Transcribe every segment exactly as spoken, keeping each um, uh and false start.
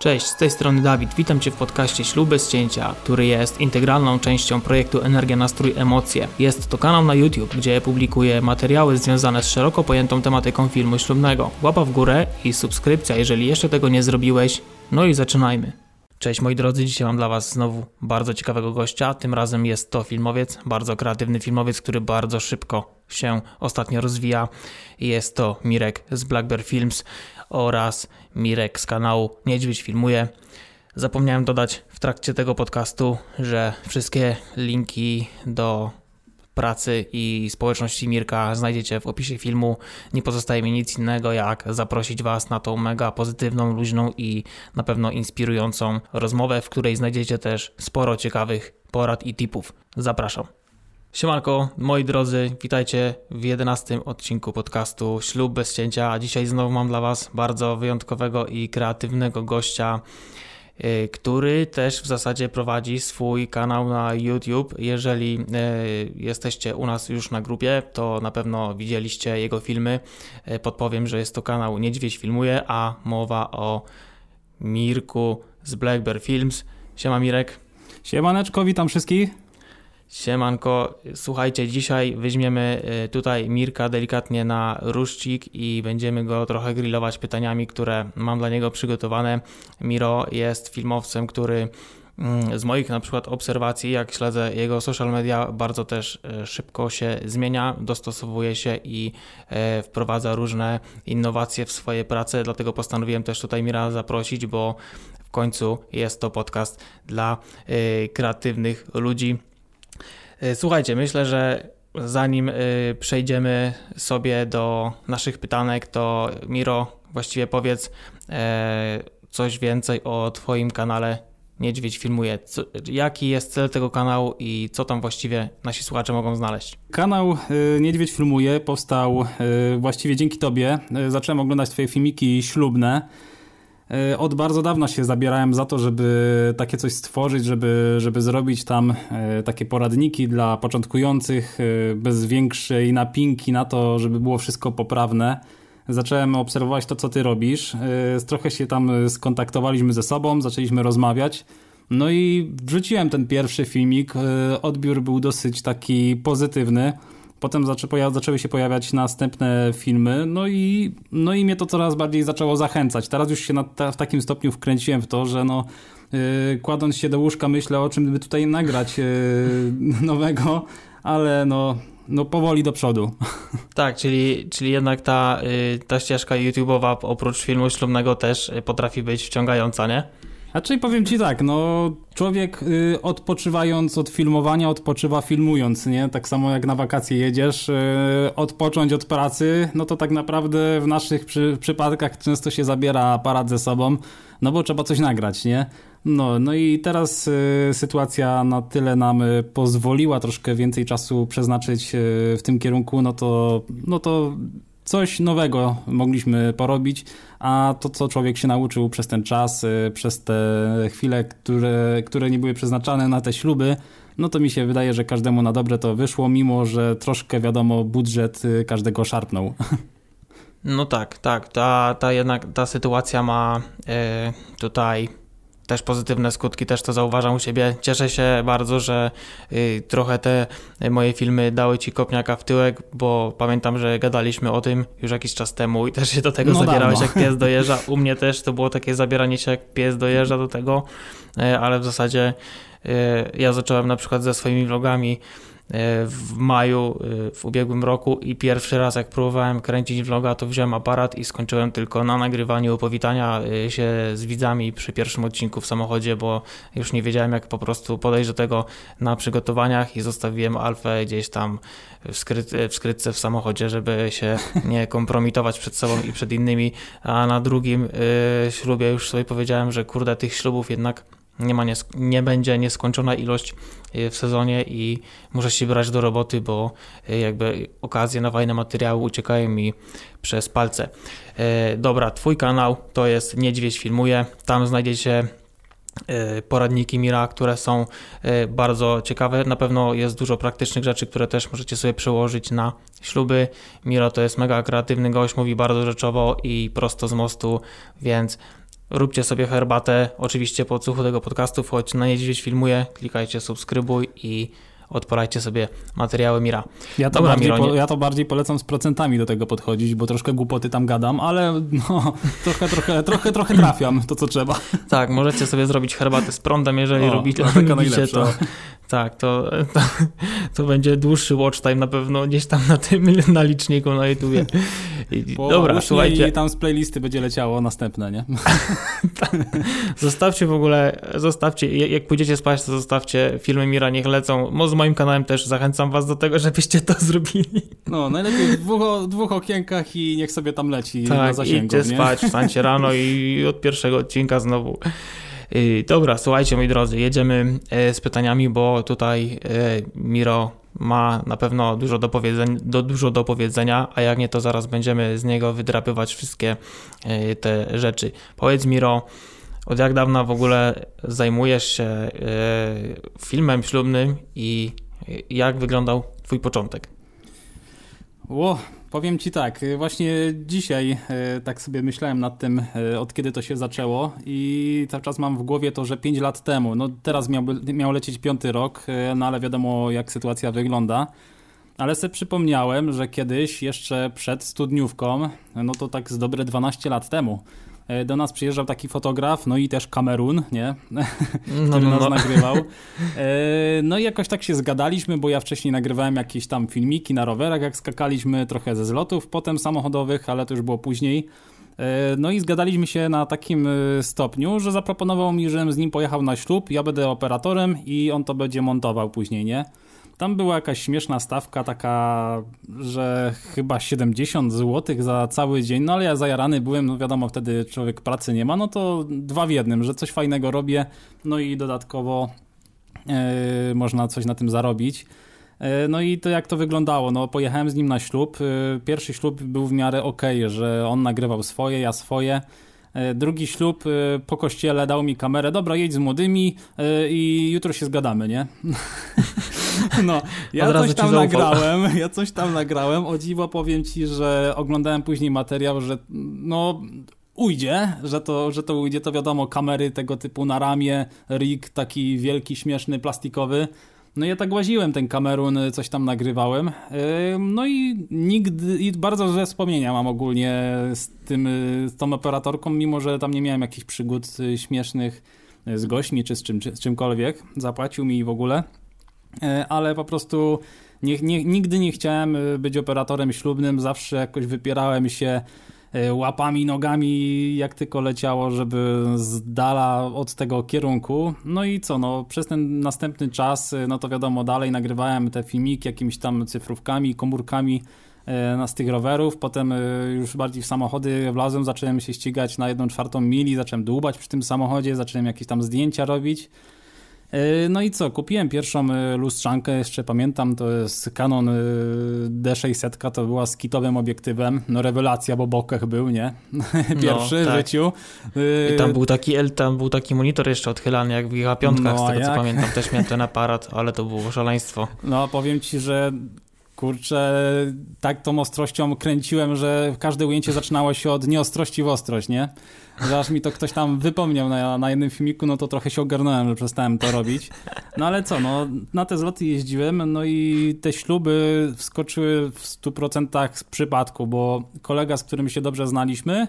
Cześć, z tej strony Dawid. Witam Cię w podcaście Ślub bez cięcia, który jest integralną częścią projektu Energia, Nastrój, Emocje. Jest to kanał na YouTube, gdzie publikuję materiały związane z szeroko pojętą tematyką filmu ślubnego. Łapa w górę i subskrypcja, jeżeli jeszcze tego nie zrobiłeś. No i zaczynajmy. Cześć moi drodzy, dzisiaj mam dla Was znowu bardzo ciekawego gościa. Tym razem jest to filmowiec, bardzo kreatywny filmowiec, który bardzo szybko się ostatnio rozwija. Jest to Mirek z Black Bear Films oraz Mirek z kanału Niedźwiedź Filmuje. Zapomniałem dodać w trakcie tego podcastu, że wszystkie linki do pracy i społeczności Mirka znajdziecie w opisie filmu. Nie pozostaje mi nic innego jak zaprosić Was na tą mega pozytywną, luźną i na pewno inspirującą rozmowę, w której znajdziecie też sporo ciekawych porad i tipów. Zapraszam. Siemanko, moi drodzy, witajcie w jedenastym odcinku podcastu Ślub bez cięcia, a dzisiaj znowu mam dla Was bardzo wyjątkowego i kreatywnego gościa, który też w zasadzie prowadzi swój kanał na YouTube. Jeżeli jesteście u nas już na grupie, to na pewno widzieliście jego filmy. Podpowiem, że jest to kanał Niedźwiedź Filmuje, a mowa o Mirku z Black Bear Films. Siema Mirek. Siemaneczko, witam wszystkich. Siemanko, słuchajcie, dzisiaj weźmiemy tutaj Mirka delikatnie na ruszcik i będziemy go trochę grillować pytaniami, które mam dla niego przygotowane. Miro jest filmowcem, który z moich na przykład obserwacji, jak śledzę jego social media, bardzo też szybko się zmienia, dostosowuje się i wprowadza różne innowacje w swoje prace, dlatego postanowiłem też tutaj Mira zaprosić, bo w końcu jest to podcast dla kreatywnych ludzi. Słuchajcie, myślę, że zanim y, przejdziemy sobie do naszych pytanek, to Miro, właściwie powiedz y, coś więcej o Twoim kanale Niedźwiedź Filmuje. Co, jaki jest cel tego kanału i co tam właściwie nasi słuchacze mogą znaleźć? Kanał y, Niedźwiedź Filmuje powstał y, właściwie dzięki Tobie. Y, zacząłem oglądać Twoje filmiki ślubne. Od bardzo dawna się zabierałem za to, żeby takie coś stworzyć, żeby, żeby zrobić tam takie poradniki dla początkujących, bez większej napinki na to, żeby było wszystko poprawne. Zacząłem obserwować to, co ty robisz. Trochę się tam skontaktowaliśmy ze sobą, zaczęliśmy rozmawiać. No i wrzuciłem ten pierwszy filmik. Odbiór był dosyć taki pozytywny. Potem zaczę, zaczęły się pojawiać następne filmy, no i, no i mnie to coraz bardziej zaczęło zachęcać. Teraz już się na ta, w takim stopniu wkręciłem w to, że no, yy, kładąc się do łóżka myślę, o czym by tutaj nagrać yy, nowego, ale no, no powoli do przodu. Tak, czyli, czyli jednak ta, yy, ta ścieżka YouTube'owa oprócz filmu ślubnego też potrafi być wciągająca, nie? A czyli powiem Ci tak, no człowiek y, odpoczywając od filmowania odpoczywa filmując, nie? Tak samo jak na wakacje jedziesz, y, odpocząć od pracy, no to tak naprawdę w naszych przy, przypadkach często się zabiera aparat ze sobą, no bo trzeba coś nagrać, nie? No, no i teraz y, sytuacja na tyle nam y, pozwoliła troszkę więcej czasu przeznaczyć y, w tym kierunku, no to, no to coś nowego mogliśmy porobić, a to, co człowiek się nauczył przez ten czas, przez te chwile, które, które nie były przeznaczane na te śluby, no to mi się wydaje, że każdemu na dobre to wyszło, mimo że troszkę, wiadomo, budżet każdego szarpnął. No tak, tak, ta, ta jednak ta sytuacja ma e, tutaj też pozytywne skutki, też to zauważam u siebie. Cieszę się bardzo, że y, trochę te moje filmy dały Ci kopniaka w tyłek, bo pamiętam, że gadaliśmy o tym już jakiś czas temu i też się do tego no zabierałeś dawno. Jak pies dojeżdża. U mnie też to było takie zabieranie się jak pies dojeżdża do tego, y, ale w zasadzie y, ja zacząłem na przykład ze swoimi vlogami w maju w ubiegłym roku i pierwszy raz jak próbowałem kręcić vloga, to wziąłem aparat i skończyłem tylko na nagrywaniu powitania się z widzami przy pierwszym odcinku w samochodzie, bo już nie wiedziałem jak po prostu podejść do tego na przygotowaniach i zostawiłem alfę gdzieś tam w, skryt, w skrytce w samochodzie, żeby się nie kompromitować przed sobą i przed innymi, a na drugim y, ślubie już sobie powiedziałem, że kurde, tych ślubów jednak Nie, ma nies- nie będzie nieskończona ilość w sezonie i muszę się brać do roboty, bo jakby okazje na fajne materiały uciekają mi przez palce. E, dobra, Twój kanał to jest Niedźwiedź Filmuje, tam znajdziecie e, poradniki Mira, które są e, bardzo ciekawe. Na pewno jest dużo praktycznych rzeczy, które też możecie sobie przełożyć na śluby. Miro to jest mega kreatywny gość, mówi bardzo rzeczowo i prosto z mostu, więc róbcie sobie herbatę, oczywiście po odsłuchu tego podcastu wchodź na Niedźwiedź Filmuje, klikajcie subskrybuj i odpalajcie sobie materiały Mira. Ja to, Dobra, bardziej Mironie. po, ja to bardziej polecam z procentami do tego podchodzić, bo troszkę głupoty tam gadam, ale no, trochę, trochę, trochę, trochę trafiam to, co trzeba. Tak, możecie sobie zrobić herbatę z prądem, jeżeli O, lubicie, to taka lubicie najlepsza. to. Tak, to, to, to będzie dłuższy watch time na pewno gdzieś tam na tym na liczniku na YouTubie. I, Po dobra, uśnie słuchajcie. i tam z playlisty będzie leciało następne, nie? Zostawcie w ogóle, zostawcie, jak jak pójdziecie spać, to zostawcie filmy Mira, niech lecą. Mo- Z moim kanałem też zachęcam was do tego, żebyście to zrobili. No, najlepiej w dwóch, o- dwóch okienkach i niech sobie tam leci na Tak, zasięgu, idźcie nie? spać, wstańcie rano i od pierwszego odcinka znowu. Yy, Dobra, słuchajcie moi drodzy, jedziemy e, z pytaniami, bo tutaj e, Miro ma na pewno dużo do, powiedzeń, do, dużo do powiedzenia, a jak nie, to zaraz będziemy z niego wydrapywać wszystkie e, te rzeczy. Powiedz Miro, od jak dawna w ogóle zajmujesz się e, filmem ślubnym i jak wyglądał twój początek? Ło, powiem ci tak, y, właśnie dzisiaj y, tak sobie myślałem nad tym, y, od kiedy to się zaczęło i cały czas mam w głowie to, że pięć lat temu, no teraz miałby, miał lecieć piąty rok, y, no ale wiadomo jak sytuacja wygląda, ale sobie przypomniałem, że kiedyś jeszcze przed studniówką, no to tak z dobre dwanaście lat temu, y, do nas przyjeżdżał taki fotograf, no i też Kamerun, nie? No, który no, nas no. nagrywał. E, No i jakoś tak się zgadaliśmy, bo ja wcześniej nagrywałem jakieś tam filmiki na rowerach, jak skakaliśmy, trochę ze zlotów, potem samochodowych, ale to już było później. E, No i zgadaliśmy się na takim e, stopniu, że zaproponował mi, żebym z nim pojechał na ślub, ja będę operatorem i on to będzie montował później, nie? Tam była jakaś śmieszna stawka taka, że chyba siedemdziesiąt złotych za cały dzień, no ale ja zajarany byłem, no wiadomo, wtedy człowiek pracy nie ma, no to dwa w jednym, że coś fajnego robię, no i dodatkowo e, można coś na tym zarobić. E, no i to jak to wyglądało, no pojechałem z nim na ślub, e, pierwszy ślub był w miarę okej, że on nagrywał swoje, ja swoje. E, Drugi ślub e, po kościele dał mi kamerę, dobra, jedź z młodymi e, i jutro się zgadamy, nie? No, ja Od razu coś ci tam zaufał. nagrałem, ja coś tam nagrałem, o dziwo powiem ci, że oglądałem później materiał, że no ujdzie, że to, że to ujdzie, to wiadomo, kamery tego typu na ramię, rig taki wielki, śmieszny, plastikowy. No ja tak łaziłem ten Kamerun, coś tam nagrywałem. Yy, No i nigdy, i bardzo złe wspomnienia mam ogólnie z tym, yy, z tą operatorką, mimo że tam nie miałem jakichś przygód yy, śmiesznych yy, z gośćmi czy z, czym, czy z czymkolwiek. Zapłacił mi w ogóle. Yy, Ale po prostu nie, nie, nigdy nie chciałem yy, być operatorem ślubnym, zawsze jakoś wypierałem się yy, łapami, nogami, jak tylko leciało, żeby z dala od tego kierunku. No i co, no przez ten następny czas, yy, no to wiadomo, dalej nagrywałem te filmiki jakimiś tam cyfrówkami, komórkami yy, na z tych rowerów, potem yy, już bardziej w samochody wlazłem, zacząłem się ścigać na jedną czwartą mili, zacząłem dłubać przy tym samochodzie, zacząłem jakieś tam zdjęcia robić. No i co, kupiłem pierwszą lustrzankę, jeszcze pamiętam, to jest Canon D sześćset, to była z kitowym obiektywem, no rewelacja, bo bokeh był, nie? Pierwszy No, w tak. życiu. I tam był taki L, tam był taki monitor jeszcze odchylany, jak w Giga piątkach, No, z a tego co jak? pamiętam, też miałem ten aparat, ale to było szaleństwo. No powiem ci, że kurczę, tak tą ostrością kręciłem, że każde ujęcie zaczynało się od nieostrości w ostrość, nie? Że aż mi to ktoś tam wypomniał na, na jednym filmiku, no to trochę się ogarnąłem, że przestałem to robić. No ale co, no na te zloty jeździłem, no i te śluby wskoczyły w stu procentach z przypadku, bo kolega, z którym się dobrze znaliśmy,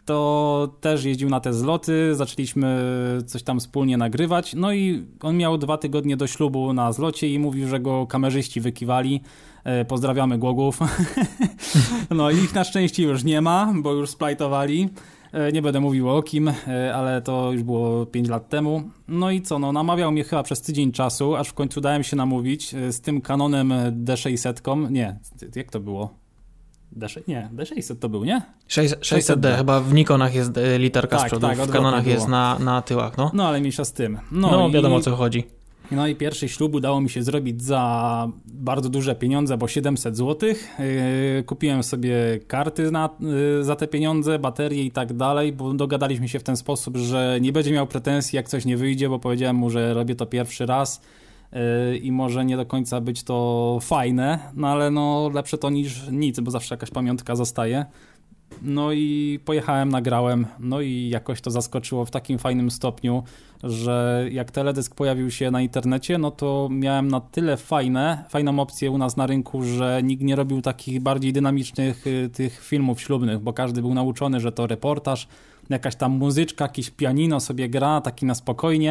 to też jeździł na te zloty, zaczęliśmy coś tam wspólnie nagrywać, no i on miał dwa tygodnie do ślubu na zlocie i mówił, że go kamerzyści wykiwali. Pozdrawiamy Głogów. No i ich na szczęście już nie ma, bo już splajtowali. Nie będę mówił o kim, ale to już było pięć lat temu. No i co, no namawiał mnie chyba przez tydzień czasu, aż w końcu dałem się namówić z tym Canonem D sześćset. Nie, jak to było? D sześćset? Nie, D sześćset to był, nie? sześćset D, chyba w Nikonach jest e, literka Tak, z przodu, tak, w odwrotnie Canonach było. jest na, na tyłach, no. No ale mniejsza z tym. No, No, i... wiadomo o co chodzi. No i pierwszy ślub udało mi się zrobić za bardzo duże pieniądze, bo siedemset złotych. Yy, kupiłem sobie karty na, yy, za te pieniądze, baterie i tak dalej, bo dogadaliśmy się w ten sposób, że nie będzie miał pretensji, jak coś nie wyjdzie, bo powiedziałem mu, że robię to pierwszy raz yy, i może nie do końca być to fajne, no ale no lepsze to niż nic, bo zawsze jakaś pamiątka zostaje. No i pojechałem, nagrałem, no i jakoś to zaskoczyło w takim fajnym stopniu, że jak teledysk pojawił się na internecie, no to miałem na tyle fajne, fajną opcję u nas na rynku, że nikt nie robił takich bardziej dynamicznych y, tych filmów ślubnych, bo każdy był nauczony, że to reportaż, jakaś tam muzyczka, jakieś pianino sobie gra, taki na spokojnie.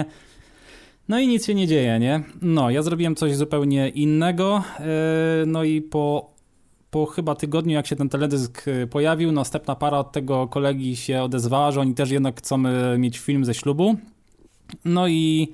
No i nic się nie dzieje, nie? No, ja zrobiłem coś zupełnie innego, yy, no i po Po chyba tygodniu, jak się ten teledysk pojawił, następna para od tego kolegi się odezwała, że oni też jednak chcą mieć film ze ślubu. No i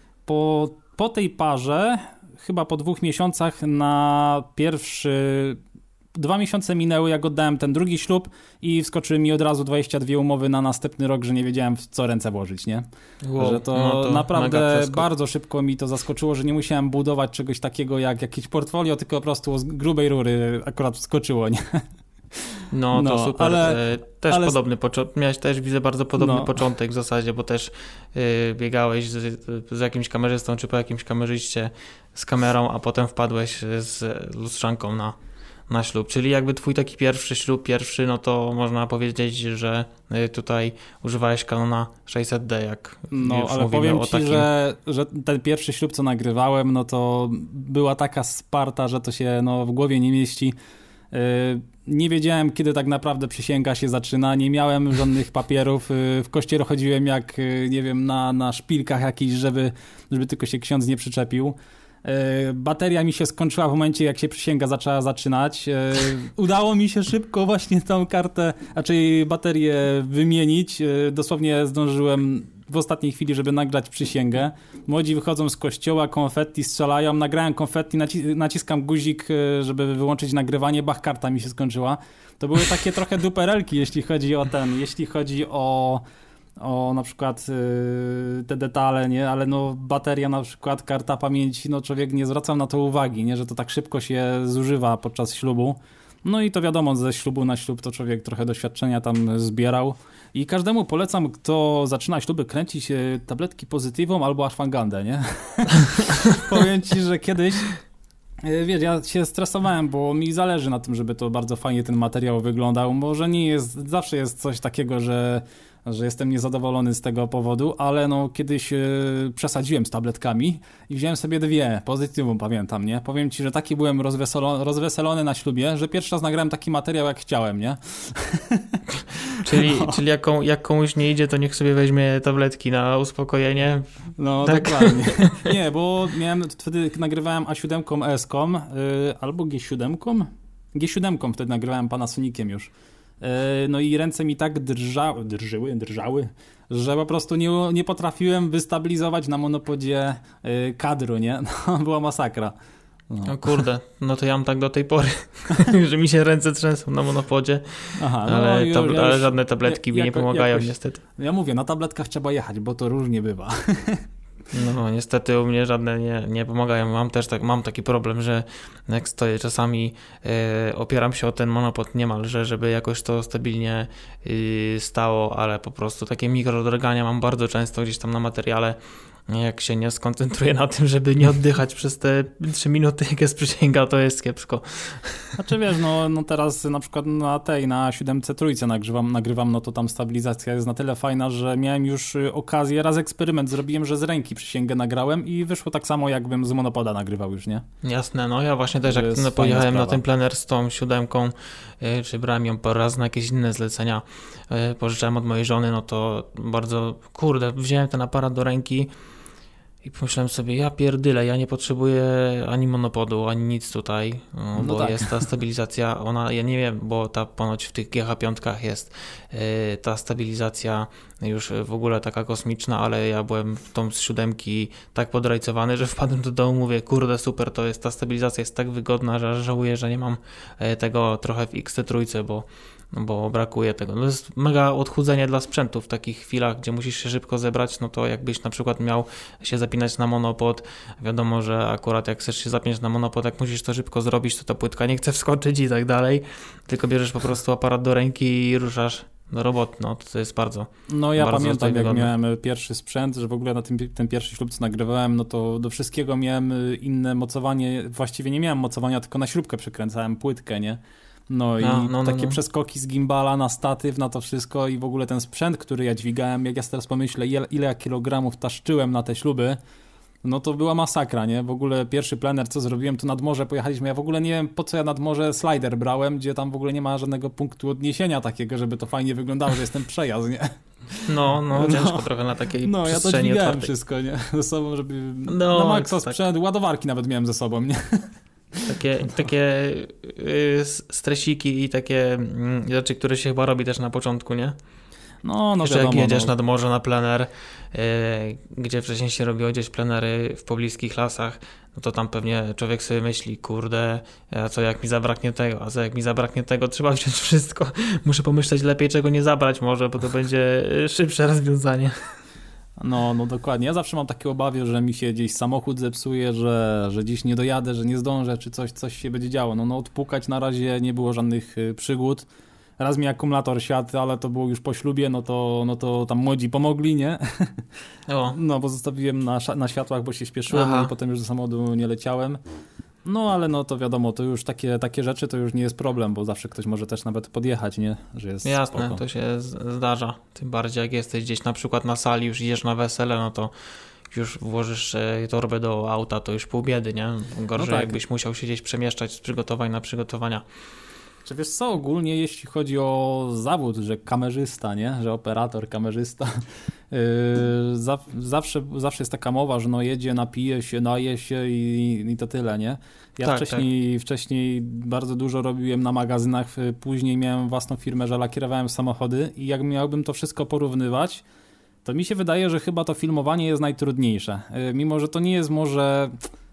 po, po tej parze, chyba po dwóch miesiącach na pierwszy... Dwa miesiące minęły, jak oddałem ten drugi ślub i wskoczyły mi od razu dwadzieścia dwie umowy na następny rok, że nie wiedziałem, w co ręce włożyć, nie? Wow, że to, no to naprawdę bardzo szybko mi to zaskoczyło, że nie musiałem budować czegoś takiego jak jakieś portfolio, tylko po prostu z grubej rury akurat wskoczyło, nie? No to no, super. Ale, też ale... podobny początek. Miałeś też, widzę, bardzo podobny no. początek w zasadzie, bo też yy, biegałeś z, z jakimś kamerzystą, czy po jakimś kamerzyście z kamerą, a potem wpadłeś z lustrzanką na na ślub, czyli jakby twój taki pierwszy ślub, pierwszy, no to można powiedzieć, że tutaj używałeś Canona sześćset D, jak no, już ale mówimy powiem o ci, takim... że, że ten pierwszy ślub, co nagrywałem, no to była taka sparta, że to się no, w głowie nie mieści. Yy, nie wiedziałem, kiedy tak naprawdę przysięga się zaczyna, nie miałem żadnych papierów, yy, w kościele chodziłem jak, yy, nie wiem, na, na szpilkach jakichś, żeby, żeby tylko się ksiądz nie przyczepił. Bateria mi się skończyła w momencie, jak się przysięga zaczęła zaczynać. Udało mi się szybko właśnie tą kartę, raczej baterię wymienić. Dosłownie zdążyłem w ostatniej chwili, żeby nagrać przysięgę. Młodzi wychodzą z kościoła, konfetti strzelają, nagrałem konfetti, naci- naciskam guzik, żeby wyłączyć nagrywanie, bach, karta mi się skończyła. To były takie trochę duperelki, jeśli chodzi o ten, jeśli chodzi o o na przykład yy, te detale, nie, ale no bateria na przykład, karta pamięci, no człowiek nie zwracał na to uwagi, nie, że to tak szybko się zużywa podczas ślubu. No i to wiadomo, ze ślubu na ślub to człowiek trochę doświadczenia tam zbierał i każdemu polecam, kto zaczyna śluby, kręcić tabletki pozytywą albo ashwangandę, nie? Powiem ci, że kiedyś wiesz, ja się stresowałem, bo mi zależy na tym, żeby to bardzo fajnie ten materiał wyglądał. Może nie jest, zawsze jest coś takiego, że, że jestem niezadowolony z tego powodu, ale no kiedyś yy, przesadziłem z tabletkami i wziąłem sobie dwie, pozytywą pamiętam, nie? Powiem ci, że taki byłem rozweselony, rozweselony na ślubie, że pierwszy raz nagrałem taki materiał, jak chciałem, nie? Czyli, no. czyli jak, komu, jak komuś nie idzie, to niech sobie weźmie tabletki na uspokojenie. No tak. Dokładnie. Nie, bo miałem, wtedy nagrywałem A siedem S-ką yy, albo G siedem. G siedem wtedy nagrywałem Panasoniciem już. Yy, no i ręce mi tak drżały, drżyły, drżały, że po prostu nie, nie potrafiłem wystabilizować na monopodzie yy, kadru, nie? No, była masakra. No. O kurde, no to ja mam tak do tej pory, że mi się ręce trzęsą na monopodzie, Aha, no ale, już, tab- ja ale już, żadne tabletki mi nie pomagają jakoś, niestety. Ja mówię, na tabletkach trzeba jechać, bo to różnie bywa. No niestety u mnie żadne nie, nie pomagają. Mam też tak, mam taki problem, że jak stoję czasami e, opieram się o ten monopod niemalże, żeby jakoś to stabilnie y, stało, ale po prostu takie mikrodrgania mam bardzo często gdzieś tam na materiale. Jak się nie skoncentruję na tym, żeby nie oddychać przez te trzy minuty, jak jest przysięga, to jest kiepsko. Znaczy wiesz, no, no teraz na przykład na tej, na siódemce trójce nagrywam, nagrywam, no to tam stabilizacja jest na tyle fajna, że miałem już okazję, raz eksperyment zrobiłem, że z ręki przysięgę nagrałem i wyszło tak samo, jakbym z monopoda nagrywał już, nie? Jasne, no ja właśnie też jak no, pojechałem na ten plener z tą siódemką, yy, czy brałem ją parę razy na jakieś inne zlecenia, yy, pożyczałem od mojej żony, no to bardzo, kurde, wziąłem ten aparat do ręki i pomyślałem sobie, ja pierdyle, ja nie potrzebuję ani monopodu, ani nic tutaj, no, bo tak. Jest ta stabilizacja, ona, ja nie wiem, bo ta ponoć w tych G H pięć jest yy, ta stabilizacja już w ogóle taka kosmiczna, ale ja byłem w tą z siódemki tak podrajcowany, że wpadłem do domu, mówię, kurde super, to jest, ta stabilizacja jest tak wygodna, że żałuję, że nie mam tego trochę w X T trzy, bo no bo brakuje tego. No to jest mega odchudzenie dla sprzętu w takich chwilach, gdzie musisz się szybko zebrać, no to jakbyś na przykład miał się zapinać na monopod, wiadomo, że akurat jak chcesz się zapiąć na monopod, jak musisz to szybko zrobić, to ta płytka nie chce wskoczyć i tak dalej, tylko bierzesz po prostu aparat do ręki i ruszasz do roboty, no to jest bardzo No ja bardzo pamiętam, jak wygodne. miałem pierwszy sprzęt, że w ogóle na tym, ten pierwszy ślub, co nagrywałem, no to do wszystkiego miałem inne mocowanie, właściwie nie miałem mocowania, tylko na śrubkę przykręcałem płytkę, nie? No i no, no, takie no, no. przeskoki z gimbala na statyw, na to wszystko i w ogóle ten sprzęt, który ja dźwigałem, jak ja teraz pomyślę, ile, ile ja kilogramów taszczyłem na te śluby, no to była masakra, nie? W ogóle pierwszy plener, co zrobiłem, to nad morze pojechaliśmy. Ja w ogóle nie wiem, po co ja nad morze slider brałem, gdzie tam w ogóle nie ma żadnego punktu odniesienia takiego, żeby to fajnie wyglądało, że jest ten przejazd, nie? No, no, ciężko no, trochę na takiej no, przestrzeni ja to dźwigałem otwartej. wszystko, nie? Ze sobą, żeby no, na maksa tak. sprzęt, ładowarki nawet miałem ze sobą, nie? Takie, no. takie y, stresiki i takie y, rzeczy, które się chyba robi też na początku, nie? No, no że wiadomo, jak jedziesz no. nad morze na plener, yy, gdzie wcześniej się robiło gdzieś plenery w pobliskich lasach, no to tam pewnie człowiek sobie myśli, kurde, a co jak mi zabraknie tego, a co jak mi zabraknie tego, trzeba wziąć wszystko. Muszę pomyśleć lepiej, czego nie zabrać może, bo to będzie szybsze rozwiązanie. No, no dokładnie. Ja zawsze mam takie obawy, że mi się gdzieś samochód zepsuje, że, że gdzieś nie dojadę, że nie zdążę, czy coś, coś się będzie działo. No, no odpukać na razie nie było żadnych y, przygód. Raz mi akumulator siadł, ale to było już po ślubie, no to, no to tam młodzi pomogli, nie? O. No, bo zostawiłem na, na światłach, bo się śpieszyłem. Aha. I potem już do samochodu nie leciałem. No, ale no to wiadomo, to już takie, takie rzeczy to już nie jest problem, bo zawsze ktoś może też nawet podjechać, nie? Że jest Jasne, spoko. To się zdarza. Tym bardziej jak jesteś gdzieś na przykład na sali, już idziesz na wesele, no to już włożysz torbę do auta, to już pół biedy, nie? Gorzej no tak. Jakbyś musiał się gdzieś przemieszczać z przygotowań na przygotowania. Czy wiesz co, ogólnie jeśli chodzi o zawód, że kamerzysta, nie? Że operator, kamerzysta, yy, za, zawsze, zawsze jest taka mowa, że no jedzie, napije się, naje się i, i to tyle, nie? Ja tak, wcześniej, tak. wcześniej bardzo dużo robiłem na magazynach, później miałem własną firmę, że lakierowałem samochody i jak miałbym to wszystko porównywać, to mi się wydaje, że chyba to filmowanie jest najtrudniejsze. Yy, mimo, że to nie jest może...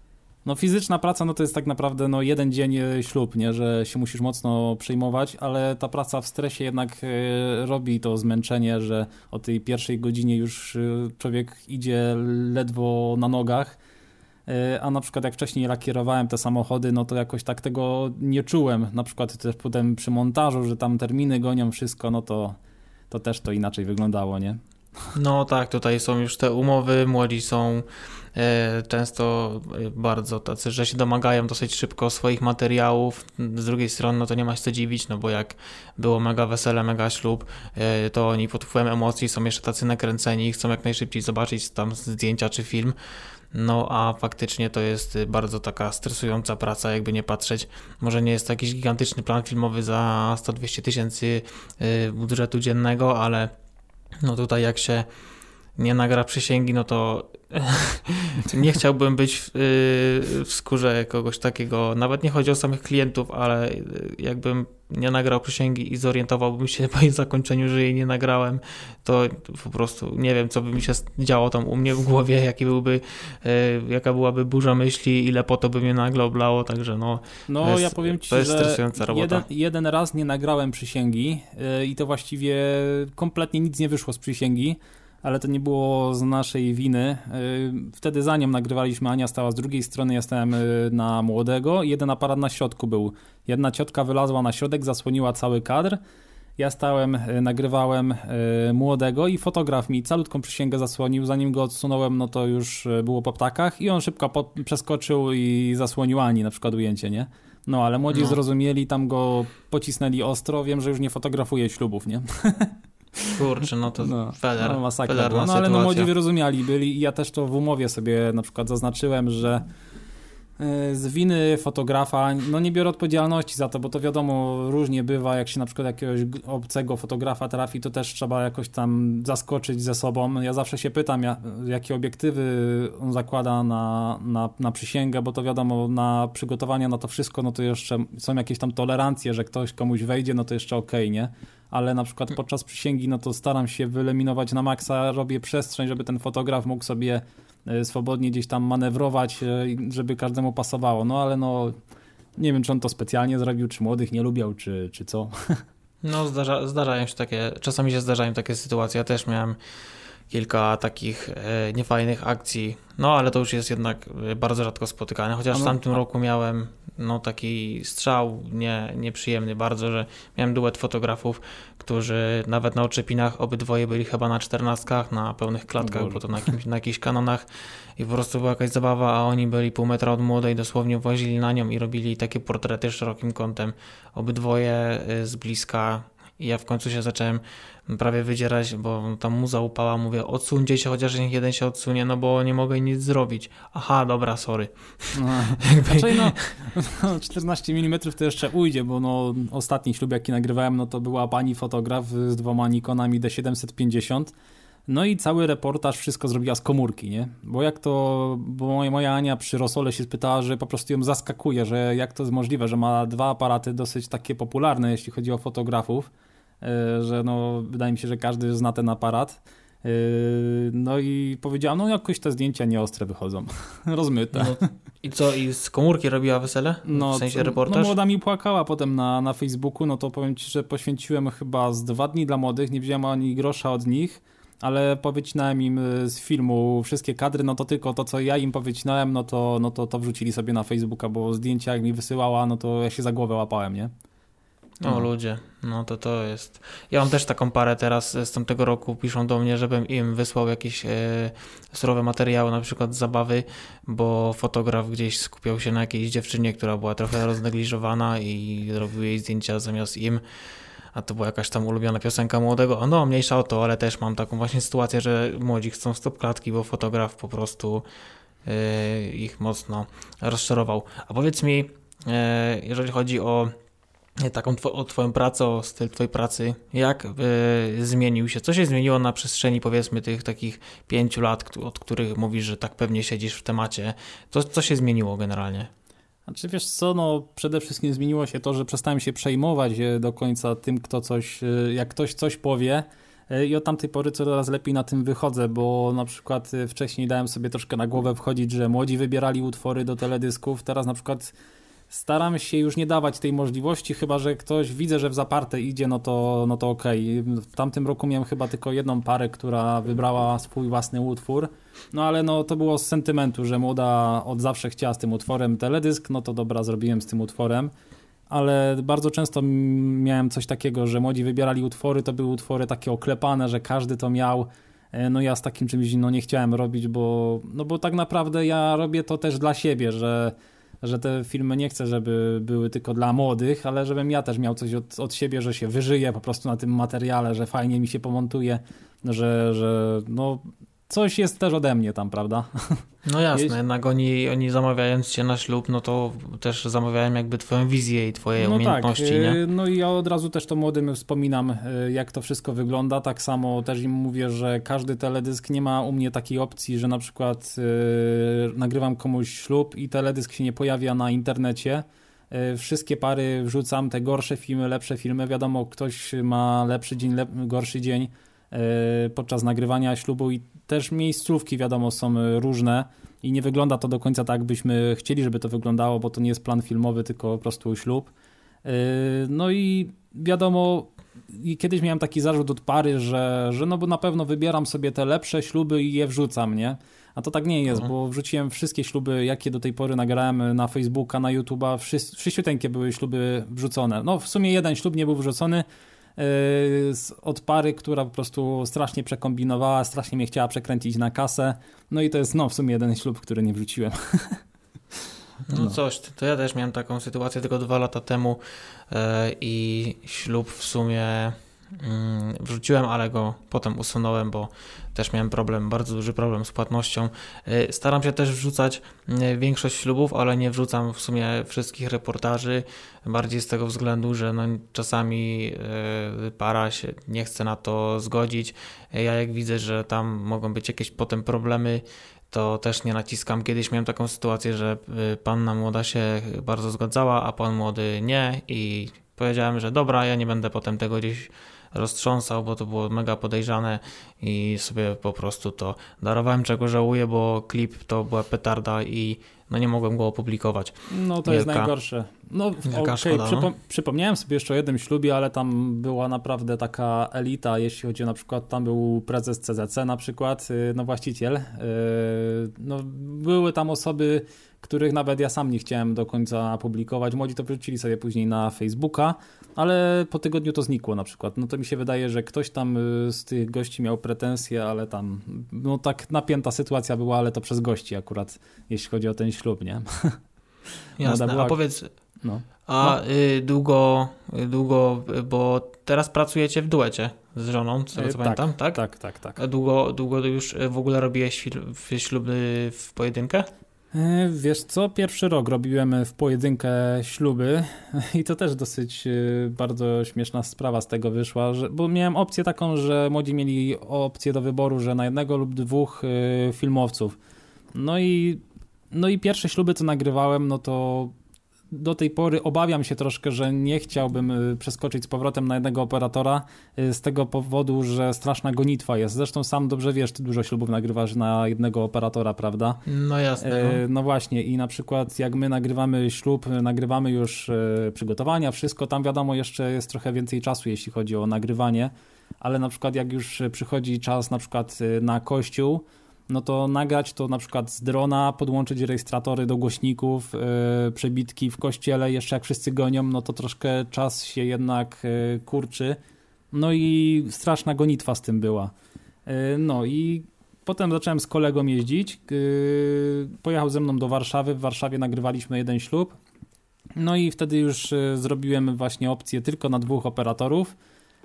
No fizyczna praca, no to jest tak naprawdę no jeden dzień ślub, nie, że się musisz mocno przejmować, ale ta praca w stresie jednak y, robi to zmęczenie, że o tej pierwszej godzinie już y, człowiek idzie ledwo na nogach, y, a na przykład jak wcześniej lakierowałem te samochody, no to jakoś tak tego nie czułem, na przykład też potem przy montażu, że tam terminy gonią wszystko, no to, to też to inaczej wyglądało, nie? No tak, tutaj są już te umowy, młodzi są e, często bardzo tacy, że się domagają dosyć szybko swoich materiałów. Z drugiej strony no to nie ma się co dziwić, no bo jak było mega wesele, mega ślub, e, to oni pod wpływem emocji są jeszcze tacy nakręceni i chcą jak najszybciej zobaczyć tam zdjęcia czy film. No a faktycznie to jest bardzo taka stresująca praca, jakby nie patrzeć. Może nie jest to jakiś gigantyczny plan filmowy za sto dwieście tysięcy e, budżetu dziennego, ale no tutaj jak się nie nagra przysięgi, no to nie chciałbym być w, w skórze kogoś takiego, nawet nie chodzi o samych klientów, ale jakbym nie nagrał przysięgi i zorientowałbym się po jej zakończeniu, że jej nie nagrałem, to po prostu nie wiem, co by mi się działo tam u mnie w głowie, jaki byłby, jaka byłaby burza myśli, ile po to by mnie nagle oblało, także no, no to jest, ja powiem ci, to jest że stresująca robota. Jeden, jeden raz nie nagrałem przysięgi yy, i to właściwie kompletnie nic nie wyszło z przysięgi, ale to nie było z naszej winy. Wtedy za nią nagrywaliśmy, Ania stała z drugiej strony, ja stałem na młodego i jeden aparat na środku był. Jedna ciotka wylazła na środek, zasłoniła cały kadr. Ja stałem, nagrywałem młodego i fotograf mi calutką przysięgę zasłonił. Zanim go odsunąłem, no to już było po ptakach i on szybko po- przeskoczył i zasłonił Ani na przykład ujęcie, nie? No ale młodzi no. zrozumieli, tam go pocisnęli ostro. Wiem, że już nie fotografuje ślubów, nie? Kurczę, no to no, feler, no, masakra felerna była. No ale no, sytuacja. młodzi wyrozumiali byli i ja też to w umowie sobie na przykład zaznaczyłem, że z winy fotografa, no nie biorę odpowiedzialności za to, bo to wiadomo, różnie bywa, jak się na przykład jakiegoś obcego fotografa trafi, to też trzeba jakoś tam zaskoczyć ze sobą. Ja zawsze się pytam, ja, jakie obiektywy on zakłada na, na, na przysięgę, bo to wiadomo, na przygotowania na to wszystko, no to jeszcze są jakieś tam tolerancje, że ktoś komuś wejdzie, no to jeszcze okej, nie? Ale na przykład podczas przysięgi, no to staram się wyeliminować na maksa, robię przestrzeń, żeby ten fotograf mógł sobie swobodnie gdzieś tam manewrować, żeby każdemu pasowało. No ale no nie wiem, czy on to specjalnie zrobił, czy młodych nie lubiał, czy, czy co. No zdarza, zdarzają się takie, czasami się zdarzają takie sytuacje. Ja też miałem kilka takich e, niefajnych akcji, no ale to już jest jednak bardzo rzadko spotykane, chociaż w tamtym roku miałem no taki strzał nie, nieprzyjemny bardzo, że miałem duet fotografów, którzy nawet na oczepinach obydwoje byli chyba na czternastkach, na pełnych klatkach, bo to na, jakimś, na jakichś kanonach i po prostu była jakaś zabawa, a oni byli pół metra od młodej, dosłownie włazili na nią i robili takie portrety szerokim kątem, obydwoje z bliska. I ja w końcu się zacząłem prawie wydzierać, bo tam muza upała, mówię, odsuńcie się, chociaż niech jeden się odsunie, no bo nie mogę nic zrobić. Aha, dobra, sorry. No, znaczy, no, no czternaście milimetrów to jeszcze ujdzie, bo no, ostatni ślub, jaki nagrywałem, no to była pani fotograf z dwoma Nikonami D siedemset pięćdziesiąt. No i cały reportaż wszystko zrobiła z komórki, nie? Bo jak to, bo moja Ania przy Rosole się spytała, że po prostu ją zaskakuje, że jak to jest możliwe, że ma dwa aparaty dosyć takie popularne, jeśli chodzi o fotografów, że no wydaje mi się, że każdy zna ten aparat. No i powiedziała, no jakoś te zdjęcia nieostre wychodzą, rozmyte. No, i co, i z komórki robiła wesele? No, w sensie reportaż? No młoda mi płakała potem na, na Facebooku, no to powiem ci, że poświęciłem chyba z dwa dni dla młodych, nie wziąłem ani grosza od nich, ale powycinałem im z filmu wszystkie kadry, no to tylko to, co ja im powycinałem, no to, no to, to wrzucili sobie na Facebooka, bo zdjęcia jak mi wysyłała, no to ja się za głowę łapałem, nie? No, no ludzie, no to to jest... Ja mam też taką parę teraz z tamtego roku, piszą do mnie, żebym im wysłał jakieś e, surowe materiały, na przykład z zabawy, bo fotograf gdzieś skupiał się na jakiejś dziewczynie, która była trochę roznegliżowana i robił jej zdjęcia zamiast im, a to była jakaś tam ulubiona piosenka młodego. No mniejsza o to, ale też mam taką właśnie sytuację, że młodzi chcą stopklatki, bo fotograf po prostu e, ich mocno rozczarował. A powiedz mi, e, jeżeli chodzi o taką two, o twoją pracę, o styl twojej pracy, jak y, zmienił się? Co się zmieniło na przestrzeni powiedzmy tych takich pięciu lat, od których mówisz, że tak pewnie siedzisz w temacie? To, co się zmieniło generalnie? Znaczy wiesz co, no przede wszystkim zmieniło się to, że przestałem się przejmować do końca tym, kto coś, jak ktoś coś powie i od tamtej pory coraz lepiej na tym wychodzę, bo na przykład wcześniej dałem sobie troszkę na głowę wchodzić, że młodzi wybierali utwory do teledysków, teraz na przykład staram się już nie dawać tej możliwości, chyba że ktoś widzę, że w zaparte idzie, no to, no to okej. Okay. W tamtym roku miałem chyba tylko jedną parę, która wybrała swój własny utwór, no ale no to było z sentymentu, że młoda od zawsze chciała z tym utworem teledysk, no to dobra, zrobiłem z tym utworem, ale bardzo często miałem coś takiego, że młodzi wybierali utwory, to były utwory takie oklepane, że każdy to miał. No ja z takim czymś no nie chciałem robić, bo, no bo tak naprawdę ja robię to też dla siebie, że że te filmy nie chcę, żeby były tylko dla młodych, ale żebym ja też miał coś od, od siebie, że się wyżyję po prostu na tym materiale, że fajnie mi się pomontuje, że, że no coś jest też ode mnie tam, prawda? No jasne, jest... jednak oni, oni zamawiając cię na ślub, no to też zamawiają jakby twoją wizję i twoje no umiejętności, tak. nie? No i ja od razu też to młodym wspominam, jak to wszystko wygląda, tak samo też im mówię, że każdy teledysk nie ma u mnie takiej opcji, że na przykład yy, nagrywam komuś ślub i teledysk się nie pojawia na internecie. Yy, wszystkie pary wrzucam, te gorsze filmy, lepsze filmy, wiadomo, ktoś ma lepszy dzień, lep, gorszy dzień podczas nagrywania ślubu i też miejscówki wiadomo są różne i nie wygląda to do końca tak, byśmy chcieli, żeby to wyglądało, bo to nie jest plan filmowy, tylko po prostu ślub. No i wiadomo, i kiedyś miałem taki zarzut od pary, że, że no bo na pewno wybieram sobie te lepsze śluby i je wrzucam, nie? A to tak nie jest, mhm. bo wrzuciłem wszystkie śluby, jakie do tej pory nagrałem na Facebooka, na YouTube'a, wszyscy, wszyściuteńkie były śluby wrzucone. No w sumie jeden ślub nie był wrzucony, od pary, która po prostu strasznie przekombinowała, strasznie mnie chciała przekręcić na kasę. No i to jest no w sumie jeden ślub, który nie wrzuciłem. No, no coś, to ja też miałem taką sytuację tylko dwa lata temu yy, i ślub w sumie yy, wrzuciłem, ale go potem usunąłem, bo też miałem problem, bardzo duży problem z płatnością. Yy, staram się też wrzucać yy, większość ślubów, ale nie wrzucam w sumie wszystkich reportaży, bardziej z tego względu, że no, czasami yy, para się nie chce na to zgodzić. Ja jak widzę, że tam mogą być jakieś potem problemy, to też nie naciskam. Kiedyś miałem taką sytuację, że panna młoda się bardzo zgadzała, a pan młody nie i powiedziałem, że dobra, ja nie będę potem tego gdzieś roztrząsał, bo to było mega podejrzane i sobie po prostu to darowałem, czego żałuję, bo klip to była petarda i no nie mogłem go opublikować. No to Wielka, jest najgorsze. No okej, szkoda, przypo- no. przypomniałem sobie jeszcze o jednym ślubie, ale tam była naprawdę taka elita, jeśli chodzi o na przykład, tam był prezes C Z C na przykład, no właściciel. No były tam osoby, których nawet ja sam nie chciałem do końca publikować. Młodzi to wrzucili sobie później na Facebooka, ale po tygodniu to znikło na przykład. No to mi się wydaje, że ktoś tam z tych gości miał pretensje, ale tam no tak napięta sytuacja była, ale to przez gości akurat, jeśli chodzi o ten ślub, nie? Jasne, była... a powiedz, no. a no. y, długo, y, długo, bo teraz pracujecie w duecie z żoną, z tego co tak, pamiętam, tak? Tak, tak, tak. A długo, długo już w ogóle robiłeś śluby w pojedynkę? Wiesz co, pierwszy rok robiłem w pojedynkę śluby i to też dosyć bardzo śmieszna sprawa z tego wyszła, że, bo miałem opcję taką, że młodzi mieli opcję do wyboru, że na jednego lub dwóch filmowców. No i, no i pierwsze śluby, co nagrywałem, no to do tej pory obawiam się troszkę, że nie chciałbym przeskoczyć z powrotem na jednego operatora z tego powodu, że straszna gonitwa jest. Zresztą sam dobrze wiesz, ty dużo ślubów nagrywasz na jednego operatora, prawda? No jasne. No, e, no właśnie i na przykład jak my nagrywamy ślub, nagrywamy już e, przygotowania, wszystko, tam wiadomo jeszcze jest trochę więcej czasu, jeśli chodzi o nagrywanie, ale na przykład jak już przychodzi czas na przykład na kościół, no to nagrać to na przykład z drona, podłączyć rejestratory do głośników, yy, przebitki w kościele, jeszcze jak wszyscy gonią, no to troszkę czas się jednak yy, kurczy. No i straszna gonitwa z tym była. Yy, no i potem zacząłem z kolegą jeździć. Yy, pojechał ze mną do Warszawy. W Warszawie nagrywaliśmy jeden ślub. No i wtedy już yy, zrobiłem właśnie opcję tylko na dwóch operatorów.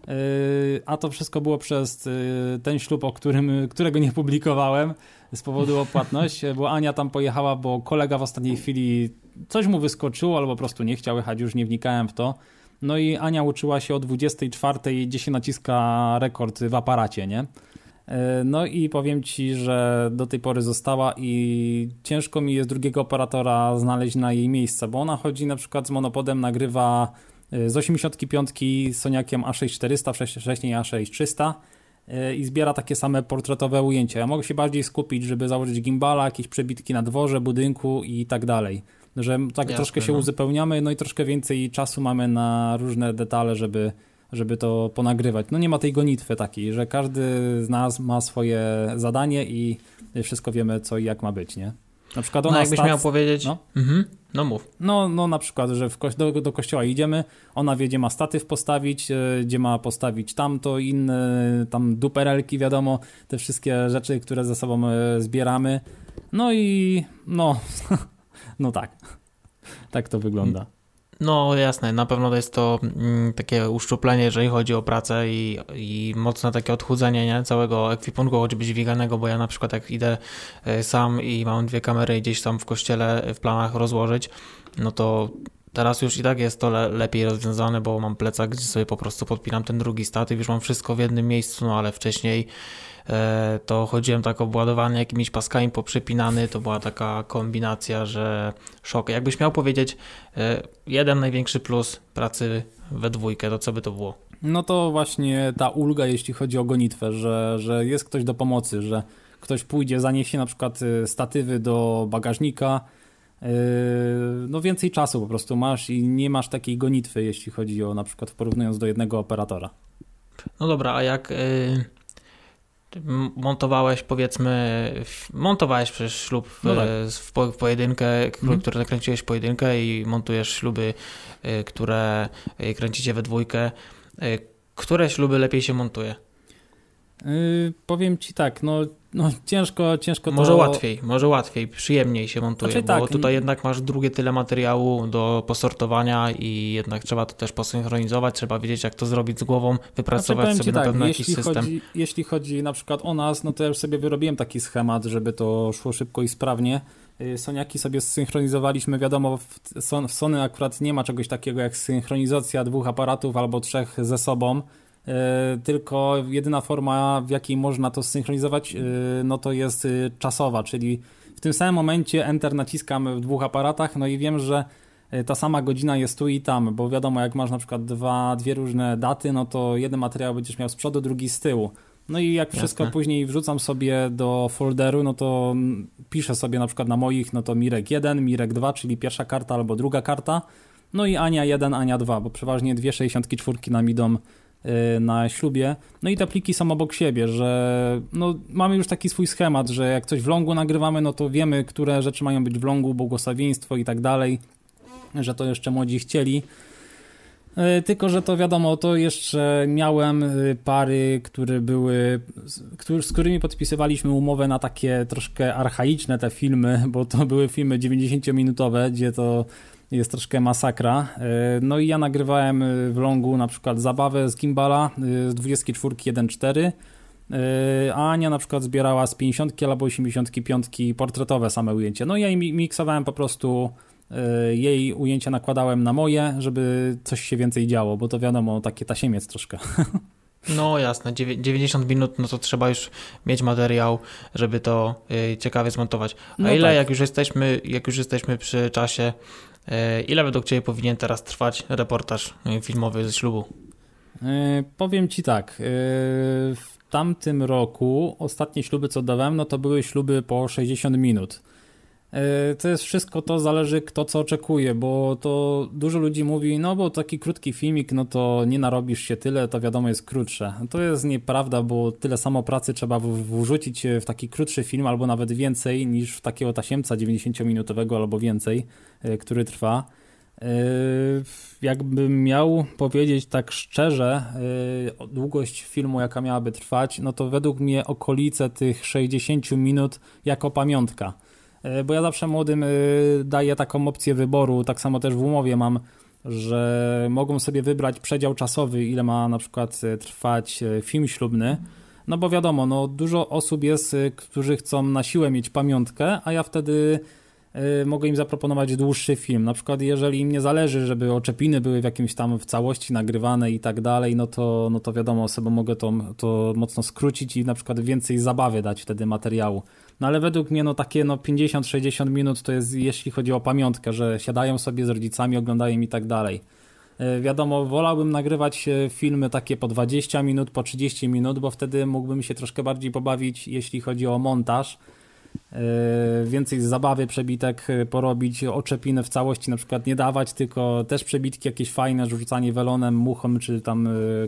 A to wszystko było przez ten ślub, o którym, którego nie publikowałem z powodu opłatności, bo Ania tam pojechała, bo kolega w ostatniej chwili coś mu wyskoczyło albo po prostu nie chciał jechać, już nie wnikałem w to. No i Ania uczyła się o dwudziestej czwartej, gdzie się naciska rekord w aparacie, nie? No i powiem ci, że do tej pory została i ciężko mi jest drugiego operatora znaleźć na jej miejsce, bo ona chodzi na przykład z monopodem, nagrywa z osiemdziesiąt pięć Soniakiem A sześć czterysta, wcześniej A sześć trzysta i zbiera takie same portretowe ujęcia. Ja mogę się bardziej skupić, żeby założyć gimbala, jakieś przebitki na dworze, budynku i tak dalej. Że tak Jasne, troszkę się no. uzupełniamy, no i troszkę więcej czasu mamy na różne detale, żeby, żeby to ponagrywać. No nie ma tej gonitwy takiej, że każdy z nas ma swoje zadanie i wszystko wiemy, co i jak ma być, nie? Na przykład ona no jakbyś stac... miał powiedzieć... No? Mhm. No mów. No, no na przykład, że w ko- do, do kościoła idziemy, ona wie, gdzie ma statyw postawić, yy, gdzie ma postawić tamto, inne tam duperelki, wiadomo, te wszystkie rzeczy, które ze sobą yy, zbieramy. No i no, no tak, tak to wygląda. No jasne, na pewno to jest to mm, takie uszczuplenie, jeżeli chodzi o pracę i, i mocne takie odchudzenie, nie? Całego ekwipunku, choćby dźwiganego, bo ja na przykład jak idę y, sam i mam dwie kamery gdzieś tam w kościele w planach rozłożyć, no to teraz już i tak jest to le- lepiej rozwiązane, bo mam plecak, gdzie sobie po prostu podpinam ten drugi statyw, już mam wszystko w jednym miejscu, no ale wcześniej to chodziłem tak obładowany jakimiś paskami poprzypinany, to była taka kombinacja, że szok. Jakbyś miał powiedzieć jeden największy plus pracy we dwójkę, to co by to było? No to właśnie ta ulga, jeśli chodzi o gonitwę, że, że jest ktoś do pomocy, że ktoś pójdzie, zaniesie na przykład statywy do bagażnika, no więcej czasu po prostu masz i nie masz takiej gonitwy, jeśli chodzi o na przykład porównując do jednego operatora. No dobra, a jak... Y- montowałeś powiedzmy, montowałeś przecież ślub no tak. w, w, po, w pojedynkę, mhm. który nakręciłeś w pojedynkę i montujesz śluby, które kręcicie we dwójkę. Które śluby lepiej się montuje? Yy, powiem ci tak, no, no ciężko, ciężko może to... łatwiej, może łatwiej, przyjemniej się montuje, znaczy, bo tak. tutaj jednak masz drugie tyle materiału do posortowania i jednak trzeba to też posynchronizować, trzeba wiedzieć jak to zrobić z głową, wypracować znaczy, sobie na tak, pewno jeśli jakiś system. Chodzi, jeśli chodzi na przykład o nas, no to ja już sobie wyrobiłem taki schemat, żeby to szło szybko i sprawnie. Soniaki sobie zsynchronizowaliśmy, wiadomo w, w Sony akurat nie ma czegoś takiego jak synchronizacja dwóch aparatów albo trzech ze sobą. Yy, tylko jedyna forma, w jakiej można to zsynchronizować, yy, no to jest yy, czasowa, czyli w tym samym momencie Enter naciskam w dwóch aparatach, no i wiem, że yy, ta sama godzina jest tu i tam, bo wiadomo, jak masz na przykład dwa, dwie różne daty, no to jeden materiał będziesz miał z przodu, drugi z tyłu. No i jak wszystko Jasne. później wrzucam sobie do folderu, no to piszę sobie na przykład na moich, no to Mirek jeden, Mirek dwa, czyli pierwsza karta albo druga karta, no i Ania jeden, Ania dwa, bo przeważnie dwie sześćdziesiątki czwórki nam idą na ślubie. No i te pliki są obok siebie, że no, mamy już taki swój schemat, że jak coś w longu nagrywamy, no to wiemy, które rzeczy mają być w longu, błogosławieństwo i tak dalej, że to jeszcze młodzi chcieli. Tylko, że to wiadomo, to jeszcze miałem pary, które były, z którymi podpisywaliśmy umowę na takie troszkę archaiczne te filmy, bo to były filmy dziewięćdziesięciominutowe, gdzie to jest troszkę masakra. No i ja nagrywałem w longu na przykład zabawę z gimbala z dwudziestki czwórki jeden cztery, a Ania na przykład zbierała z pięćdziesiątki albo osiemdziesiątki piątki portretowe same ujęcie. No i ja miksowałem po prostu jej ujęcia, nakładałem na moje, żeby coś się więcej działo, bo to wiadomo, takie tasiemiec troszkę. No jasne, dziewięćdziesiąt minut, no to trzeba już mieć materiał, żeby to y, ciekawie zmontować. A no ile, tak. jak już jesteśmy, jak już jesteśmy przy czasie, y, ile według Ciebie powinien teraz trwać reportaż filmowy ze ślubu? Yy, powiem Ci tak, yy, w tamtym roku ostatnie śluby, co dawałem, no to były śluby po sześćdziesiąt minut. To jest wszystko, to zależy kto co oczekuje, bo to dużo ludzi mówi, no bo taki krótki filmik, no to nie narobisz się tyle, to wiadomo jest krótsze. To jest nieprawda, bo tyle samo pracy trzeba wrzucić w taki krótszy film, albo nawet więcej niż w takiego tasiemca dziewięćdziesięciominutowego albo więcej, który trwa. Jakbym miał powiedzieć tak szczerze, długość filmu jaka miałaby trwać, no to według mnie okolice tych sześćdziesiąt minut jako pamiątka. Bo ja zawsze młodym daję taką opcję wyboru, tak samo też w umowie mam, że mogą sobie wybrać przedział czasowy, ile ma na przykład trwać film ślubny, no bo wiadomo, no dużo osób jest, którzy chcą na siłę mieć pamiątkę, a ja wtedy mogę im zaproponować dłuższy film. Na przykład jeżeli im nie zależy, żeby oczepiny były w jakimś tam w całości nagrywane i tak dalej, no to, no to wiadomo, sobie mogę to, to mocno skrócić i na przykład więcej zabawy dać wtedy materiału. No ale według mnie no takie no pięćdziesiąt sześćdziesiąt minut to jest, jeśli chodzi o pamiątkę, że siadają sobie z rodzicami, oglądają i tak dalej. Wiadomo, wolałbym nagrywać filmy takie po dwadzieścia minut, po trzydzieści minut, bo wtedy mógłbym się troszkę bardziej pobawić, jeśli chodzi o montaż. Więcej zabawy, przebitek porobić, oczepiny w całości na przykład nie dawać, tylko też przebitki jakieś fajne, rzucanie welonem, muchą czy tam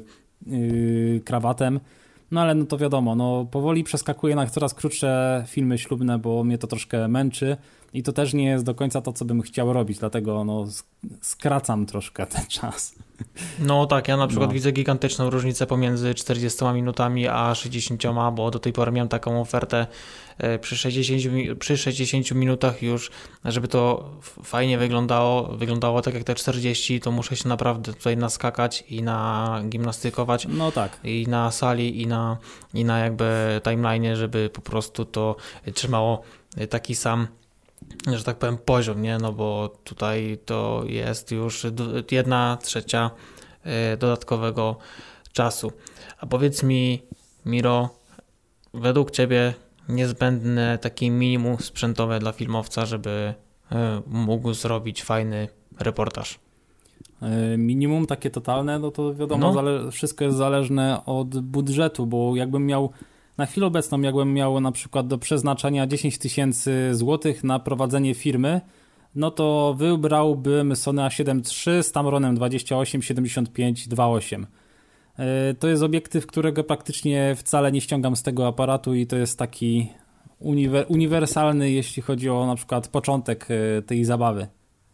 yy, krawatem. No ale no to wiadomo, no powoli przeskakuję na coraz krótsze filmy ślubne, bo mnie to troszkę męczy i to też nie jest do końca to, co bym chciał robić, dlatego no skracam troszkę ten czas. No tak, ja na przykład no. widzę gigantyczną różnicę pomiędzy czterdziestoma minutami a sześćdziesięcioma, bo do tej pory miałem taką ofertę przy sześćdziesięciu, przy sześćdziesięciu minutach już, żeby to fajnie wyglądało, wyglądało tak jak te czterdzieści, to muszę się naprawdę tutaj naskakać i nagimnastykować. No tak. I na sali, i na, i na jakby timeline'ie, żeby po prostu to trzymało taki sam, że tak powiem, poziom, nie? No bo tutaj to jest już jedna trzecia dodatkowego czasu. A powiedz mi, Miro, według Ciebie niezbędne takie minimum sprzętowe dla filmowca, żeby mógł zrobić fajny reportaż? Minimum takie totalne, no to wiadomo, no. zale- wszystko jest zależne od budżetu, bo jakbym miał na chwilę obecną, jakbym miał na przykład do przeznaczenia dziesięć tysięcy złotych na prowadzenie firmy, no to wybrałbym Sony A siedem trzy z Tamronem dwadzieścia osiem siedemdziesiąt pięć dwa osiem. To jest obiektyw, którego praktycznie wcale nie ściągam z tego aparatu i to jest taki uniwer- uniwersalny, jeśli chodzi o na przykład początek tej zabawy.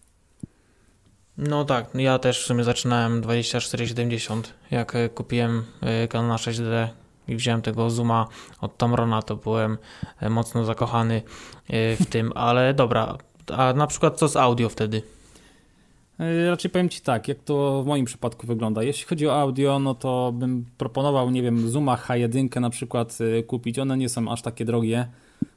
No tak, ja też w sumie zaczynałem dwadzieścia cztery siedemdziesiąt, jak kupiłem Canona sześć D i wziąłem tego zooma od Tamrona, to byłem mocno zakochany w tym, ale dobra, a na przykład co z audio wtedy? Raczej powiem Ci tak, jak to w moim przypadku wygląda. Jeśli chodzi o audio, no to bym proponował, nie wiem, Zooma H jeden na przykład kupić. One nie są aż takie drogie.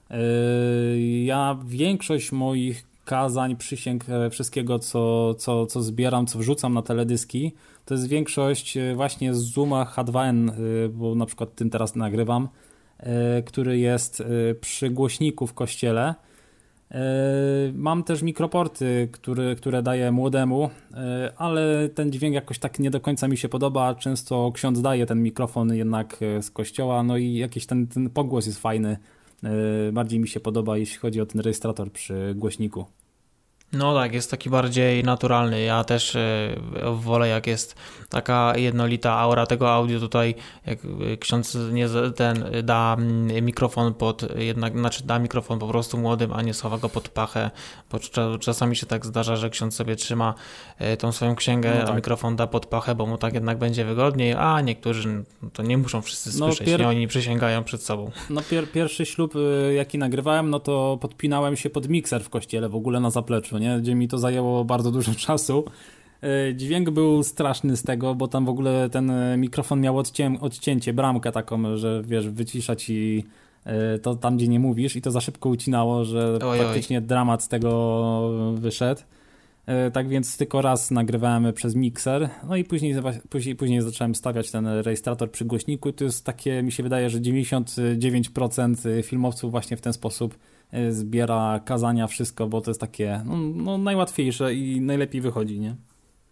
Ja większość moich kazań, przysięg, wszystkiego, co, co, co zbieram, co wrzucam na teledyski, to jest większość właśnie z Zooma H dwa N, bo na przykład tym teraz nagrywam, który jest przy głośniku w kościele. Mam też mikroporty, które, które daję młodemu, ale ten dźwięk jakoś tak nie do końca mi się podoba. Często ksiądz daje ten mikrofon jednak z kościoła, no i jakiś ten, ten pogłos jest fajny. Bardziej mi się podoba, jeśli chodzi o ten rejestrator przy głośniku. No tak, jest taki bardziej naturalny. Ja też wolę, jak jest taka jednolita aura tego audio tutaj, jak ksiądz nie ten da mikrofon pod, jednak, znaczy da mikrofon po prostu młodym, a nie schowa go pod pachę, bo czasami się tak zdarza, że ksiądz sobie trzyma tą swoją księgę, no tak. A mikrofon da pod pachę, bo mu tak jednak będzie wygodniej, a niektórzy to nie muszą wszyscy słyszeć, no, pier... nie, oni przysięgają przed sobą. No pier- pierwszy ślub, jaki nagrywałem, no to podpinałem się pod mikser w kościele, w ogóle na zapleczu, nie? Gdzie mi to zajęło bardzo dużo czasu. Dźwięk był straszny z tego, bo tam w ogóle ten mikrofon miał odcię- odcięcie, bramkę taką, że wiesz, wycisza ci to tam, gdzie nie mówisz i to za szybko ucinało, że oj, praktycznie oj. dramat z tego wyszedł. Tak więc tylko raz nagrywałem przez mikser, no i później, później, później zacząłem stawiać ten rejestrator przy głośniku i to jest takie, mi się wydaje, że dziewięćdziesiąt dziewięć procent filmowców właśnie w ten sposób zbiera kazania, wszystko, bo to jest takie no, no najłatwiejsze i najlepiej wychodzi, nie?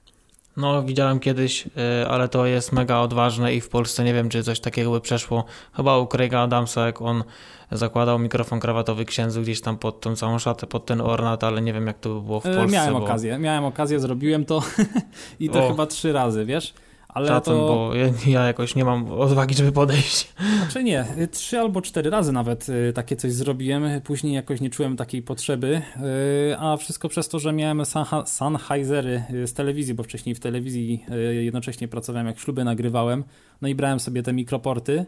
No widziałem kiedyś, ale to jest mega odważne i w Polsce nie wiem, czy coś takiego by przeszło. Chyba u Craiga Adamsa, jak on zakładał mikrofon krawatowy księdzu gdzieś tam pod tą całą szatę, pod ten ornat, ale nie wiem, jak to by było w Polsce. Miałem bo... okazję, miałem okazję, zrobiłem to i to o. chyba trzy razy, wiesz? Ale Szacun, to... bo ja, ja jakoś nie mam odwagi, żeby podejść. Znaczy nie, trzy albo cztery razy nawet y, takie coś zrobiłem, później jakoś nie czułem takiej potrzeby, y, a wszystko przez to, że miałem Sanha- Sennheisery z telewizji, bo wcześniej w telewizji y, jednocześnie pracowałem, jak śluby nagrywałem, no i brałem sobie te mikroporty.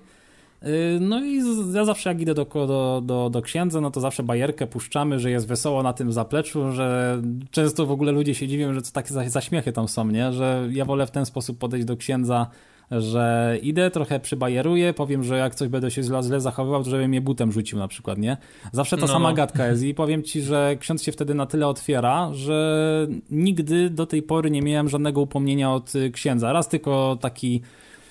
No i ja zawsze jak idę do, do, do, do księdza, no to zawsze bajerkę puszczamy, że jest wesoło na tym zapleczu, że często w ogóle ludzie się dziwią, że co takie zaśmiechy tam są, nie? Że ja wolę w ten sposób podejść do księdza, że idę, trochę przybajeruję, powiem, że jak coś będę się źle, źle zachowywał, to żeby mnie butem rzucił na przykład, nie? Zawsze ta no. sama gadka jest i powiem ci, że ksiądz się wtedy na tyle otwiera, że nigdy do tej pory nie miałem żadnego upomnienia od księdza. Raz tylko taki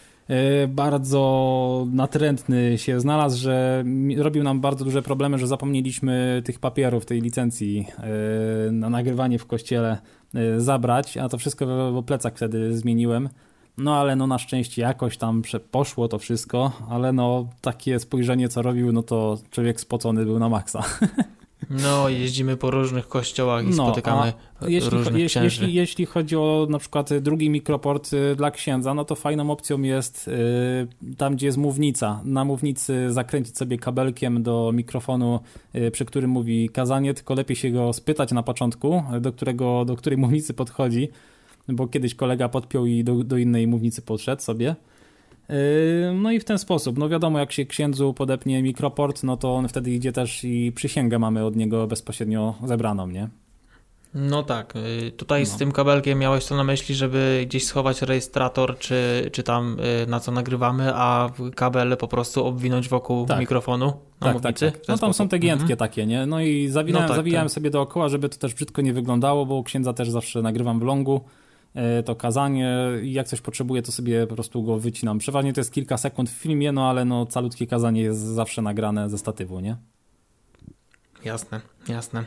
bardzo natrętny się znalazł, że robił nam bardzo duże problemy, że zapomnieliśmy tych papierów, tej licencji na nagrywanie w kościele zabrać, a to wszystko w plecach wtedy zmieniłem. No ale no na szczęście jakoś tam poszło to wszystko, ale no takie spojrzenie co robił, no to człowiek spocony był na maksa. No, jeździmy po różnych kościołach i no, spotykamy jeśli, różnych jeśli, księży. Jeśli, jeśli chodzi o na przykład drugi mikroport dla księdza, no to fajną opcją jest yy, tam, gdzie jest mównica. Na mównicy zakręcić sobie kabelkiem do mikrofonu, yy, przy którym mówi kazanie, tylko lepiej się go spytać na początku, do, którego, do której mównicy podchodzi, bo kiedyś kolega podpiął i do, do innej mównicy podszedł sobie. No i w ten sposób, no wiadomo, jak się księdzu podepnie mikroport, no to on wtedy idzie też i przysięgę mamy od niego bezpośrednio zebraną, nie? No tak, tutaj no. z tym kabelkiem miałeś to na myśli, żeby gdzieś schować rejestrator, czy, czy tam na co nagrywamy, a kabel po prostu obwinąć wokół tak. mikrofonu na tak, mównicy? Tak, tak. No tam sposób. Są te giętkie mhm. takie, nie? No i zawinałem, no tak, zawijałem tak. sobie dookoła, żeby to też brzydko nie wyglądało, bo księdza też zawsze nagrywam w longu. To kazanie i jak coś potrzebuję, to sobie po prostu go wycinam. Przeważnie to jest kilka sekund w filmie, no ale no calutkie kazanie jest zawsze nagrane ze statywu, nie? Jasne, jasne.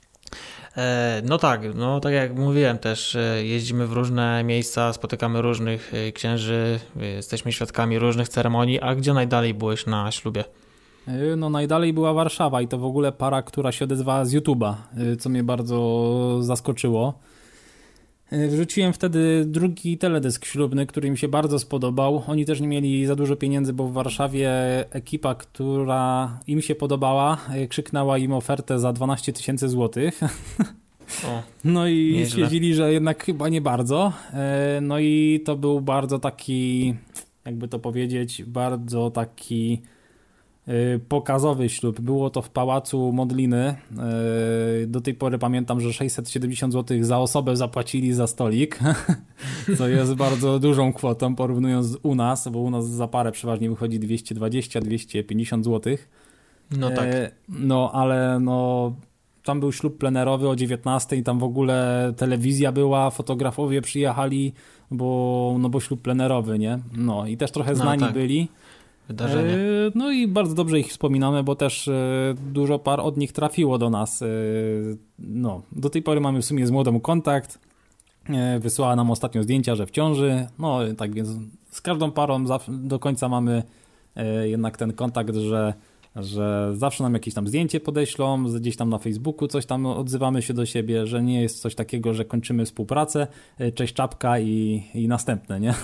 E, no tak, no tak jak mówiłem też, jeździmy w różne miejsca, spotykamy różnych księży, jesteśmy świadkami różnych ceremonii, a gdzie najdalej byłeś na ślubie? No najdalej była Warszawa i to w ogóle para, która się odezwała z YouTube'a, co mnie bardzo zaskoczyło. Wrzuciłem wtedy drugi teledysk ślubny, który mi się bardzo spodobał. Oni też nie mieli za dużo pieniędzy, bo w Warszawie ekipa, która im się podobała, krzyknęła im ofertę za dwanaście tysięcy złotych. O, no i nieźle. Stwierdzili, że jednak chyba nie bardzo. No i to był bardzo taki, jakby to powiedzieć, bardzo taki pokazowy ślub. Było to w Pałacu Modliny. Do tej pory pamiętam, że sześćset siedemdziesiąt złotych za osobę zapłacili za stolik, co jest bardzo dużą kwotą porównując u nas, bo u nas za parę przeważnie wychodzi dwieście dwadzieścia do dwieście pięćdziesiąt złotych. No tak. No ale no tam był ślub plenerowy o dziewiętnastej, tam w ogóle telewizja była, fotografowie przyjechali, bo, no bo ślub plenerowy, nie? No i też trochę znani no tak. byli. wydarzenie. No i bardzo dobrze ich wspominamy, bo też dużo par od nich trafiło do nas. No, do tej pory mamy w sumie z młodą kontakt. Wysłała nam ostatnio zdjęcia, że w ciąży. No tak więc z każdą parą do końca mamy jednak ten kontakt, że, że zawsze nam jakieś tam zdjęcie podeślą, gdzieś tam na Facebooku coś tam odzywamy się do siebie, że nie jest coś takiego, że kończymy współpracę, cześć czapka i, i następne, nie?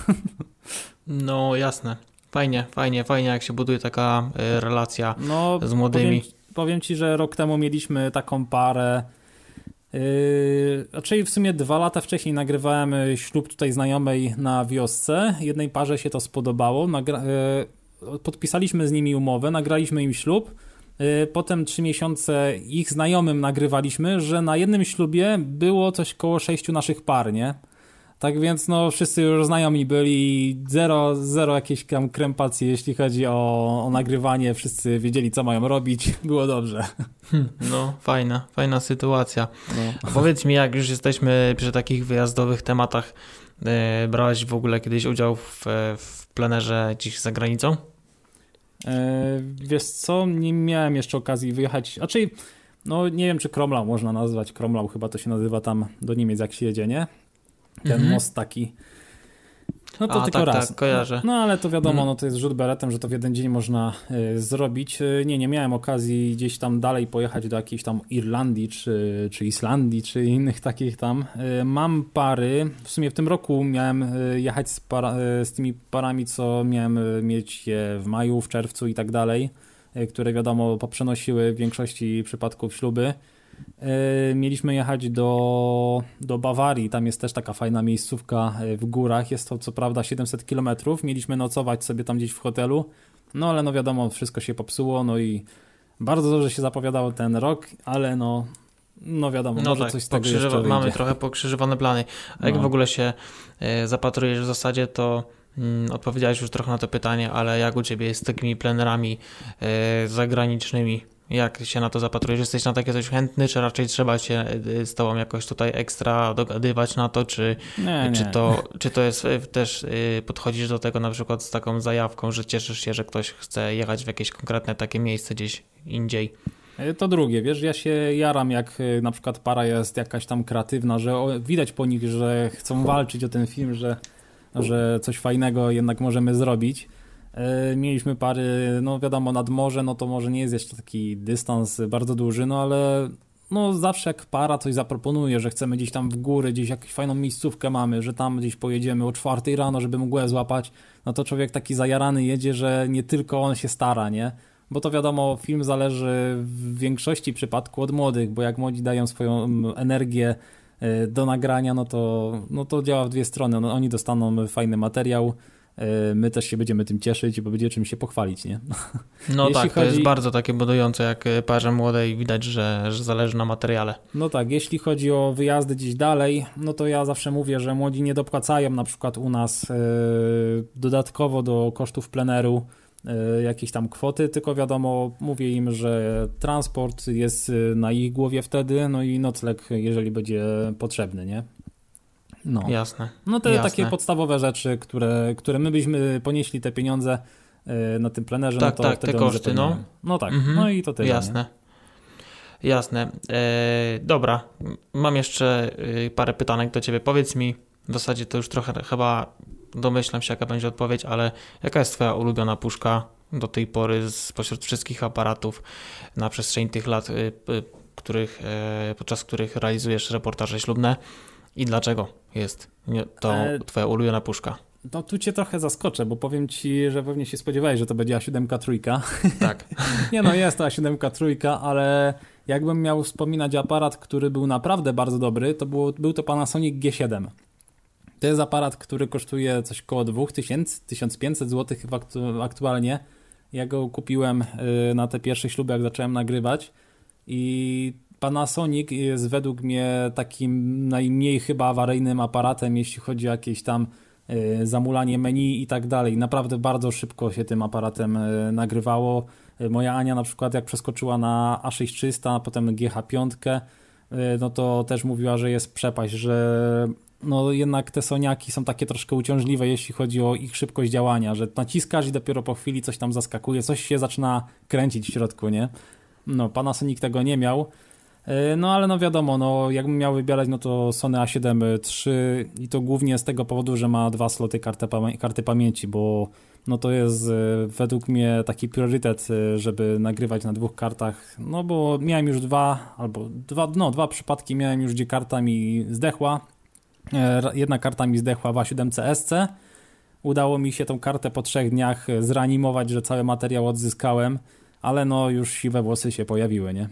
No jasne. Fajnie, fajnie, fajnie jak się buduje taka y, relacja no, z młodymi. Powiem, powiem Ci, że rok temu mieliśmy taką parę, yy, raczej w sumie dwa lata wcześniej nagrywałem ślub tutaj znajomej na wiosce. Jednej parze się to spodobało. Nagra- yy, podpisaliśmy z nimi umowę, nagraliśmy im ślub. Yy, potem trzy miesiące ich znajomym nagrywaliśmy, że na jednym ślubie było coś koło sześciu naszych par, nie? Tak więc no wszyscy już znajomi byli, zero, zero jakiejś tam krępacji, jeśli chodzi o, o nagrywanie, wszyscy wiedzieli co mają robić, było dobrze. Hmm, no fajna, fajna sytuacja. No. A powiedz mi, jak już jesteśmy przy takich wyjazdowych tematach, e, brałeś w ogóle kiedyś udział w, w plenerze gdzieś za granicą? E, wiesz co, nie miałem jeszcze okazji wyjechać, raczej no nie wiem czy Kromlau można nazwać, Kromlau chyba to się nazywa tam do Niemiec jak się jedzie, nie? Ten mhm. most taki. No to A, tylko tak, raz. Tak, kojarzę. No, no ale to wiadomo, mhm. no to jest rzut beretem, że to w jeden dzień można y, zrobić. Y, nie, nie miałem okazji gdzieś tam dalej pojechać do jakiejś tam Irlandii, czy, czy Islandii, czy innych takich tam. Y, mam pary, w sumie w tym roku miałem y, jechać z, para, y, z tymi parami, co miałem y, mieć je w maju, w czerwcu i tak dalej, y, które wiadomo poprzenosiły w większości przypadków śluby. Mieliśmy jechać do, do Bawarii, tam jest też taka fajna miejscówka w górach, jest to co prawda siedemset kilometrów, mieliśmy nocować sobie tam gdzieś w hotelu, no ale no wiadomo, wszystko się popsuło, no i bardzo dobrze się zapowiadał ten rok, ale no, no wiadomo, no może tak, coś z tego jeszcze wyjdzie. Mamy trochę pokrzyżowane plany, a jak no. w ogóle się y, zapatrujesz w zasadzie, to y, odpowiedziałeś już trochę na to pytanie, ale jak u Ciebie jest z takimi plenerami y, zagranicznymi? Jak się na to zapatrujesz? Jesteś na takie coś chętny, czy raczej trzeba się z tobą jakoś tutaj ekstra dogadywać na to, czy, nie, czy, nie. To, czy to jest też, podchodzisz do tego na przykład z taką zajawką, że cieszysz się, że ktoś chce jechać w jakieś konkretne takie miejsce gdzieś indziej? To drugie, wiesz, ja się jaram, jak na przykład para jest jakaś tam kreatywna, że widać po nich, że chcą walczyć o ten film, że, że coś fajnego jednak możemy zrobić. Mieliśmy pary, no wiadomo, nad morze, no to może nie jest jeszcze taki dystans bardzo duży, no ale no zawsze jak para coś zaproponuje, że chcemy gdzieś tam w góry, gdzieś jakąś fajną miejscówkę mamy, że tam gdzieś pojedziemy o czwartej rano, żeby mgłę złapać, no to człowiek taki zajarany jedzie, że nie tylko on się stara, nie? Bo to wiadomo, film zależy w większości przypadku od młodych, bo jak młodzi dają swoją energię do nagrania, no to, no to działa w dwie strony, no, oni dostaną fajny materiał, my też się będziemy tym cieszyć, bo będzie czym się pochwalić, nie? No tak, to chodzi... jest bardzo takie budujące, jak parze młodej widać, że, że zależy na materiale. No tak, jeśli chodzi o wyjazdy gdzieś dalej, no to ja zawsze mówię, że młodzi nie dopłacają na przykład u nas yy, dodatkowo do kosztów pleneru yy, jakieś tam kwoty, tylko wiadomo, mówię im, że transport jest na ich głowie wtedy, no i nocleg, jeżeli będzie potrzebny, nie? No. Jasne. No to Jasne. takie podstawowe rzeczy, które, które my byśmy ponieśli te pieniądze na tym plenerze, tak, no to tak, wtedy te koszty, no. No tak, mhm. no i to tyle. Jasne. Nie? Jasne. E, dobra, mam jeszcze parę pytanek do Ciebie. Powiedz mi, w zasadzie to już trochę chyba domyślam się, jaka będzie odpowiedź, ale jaka jest Twoja ulubiona puszka do tej pory spośród wszystkich aparatów na przestrzeni tych lat, których, podczas których realizujesz reportaże ślubne? I dlaczego jest to twoja ulubiona puszka? No tu cię trochę zaskoczę, bo powiem ci, że pewnie się spodziewałeś, że to będzie A siedem trójka. Tak. Nie no, jest to A siedem trójka, ale jakbym miał wspominać aparat, który był naprawdę bardzo dobry, to było, był to Panasonic G siedem. To jest aparat, który kosztuje coś koło dwa tysiące, tysiąc pięćset złotych chyba aktualnie. Ja go kupiłem na te pierwsze śluby, jak zacząłem nagrywać i Panasonic jest według mnie takim najmniej chyba awaryjnym aparatem, jeśli chodzi o jakieś tam y, zamulanie menu i tak dalej. Naprawdę bardzo szybko się tym aparatem y, nagrywało. Y, moja Ania na przykład jak przeskoczyła na A sześć tysiące trzysta, a potem G H pięć, y, no to też mówiła, że jest przepaść, że no jednak te Soniaki są takie troszkę uciążliwe, jeśli chodzi o ich szybkość działania, że naciskasz i dopiero po chwili coś tam zaskakuje, coś się zaczyna kręcić w środku, nie? No, Panasonic tego nie miał. No ale no wiadomo, no jakbym miał wybierać, no to Sony A siedem trzy i to głównie z tego powodu, że ma dwa sloty karty, pamię- karty pamięci, bo no to jest według mnie taki priorytet, żeby nagrywać na dwóch kartach, no bo miałem już dwa, albo dwa, no dwa przypadki miałem już, gdzie karta mi zdechła. Jedna karta mi zdechła w A siedem S C. Udało mi się tą kartę po trzech dniach zreanimować, że cały materiał odzyskałem, ale no już siwe włosy się pojawiły, nie?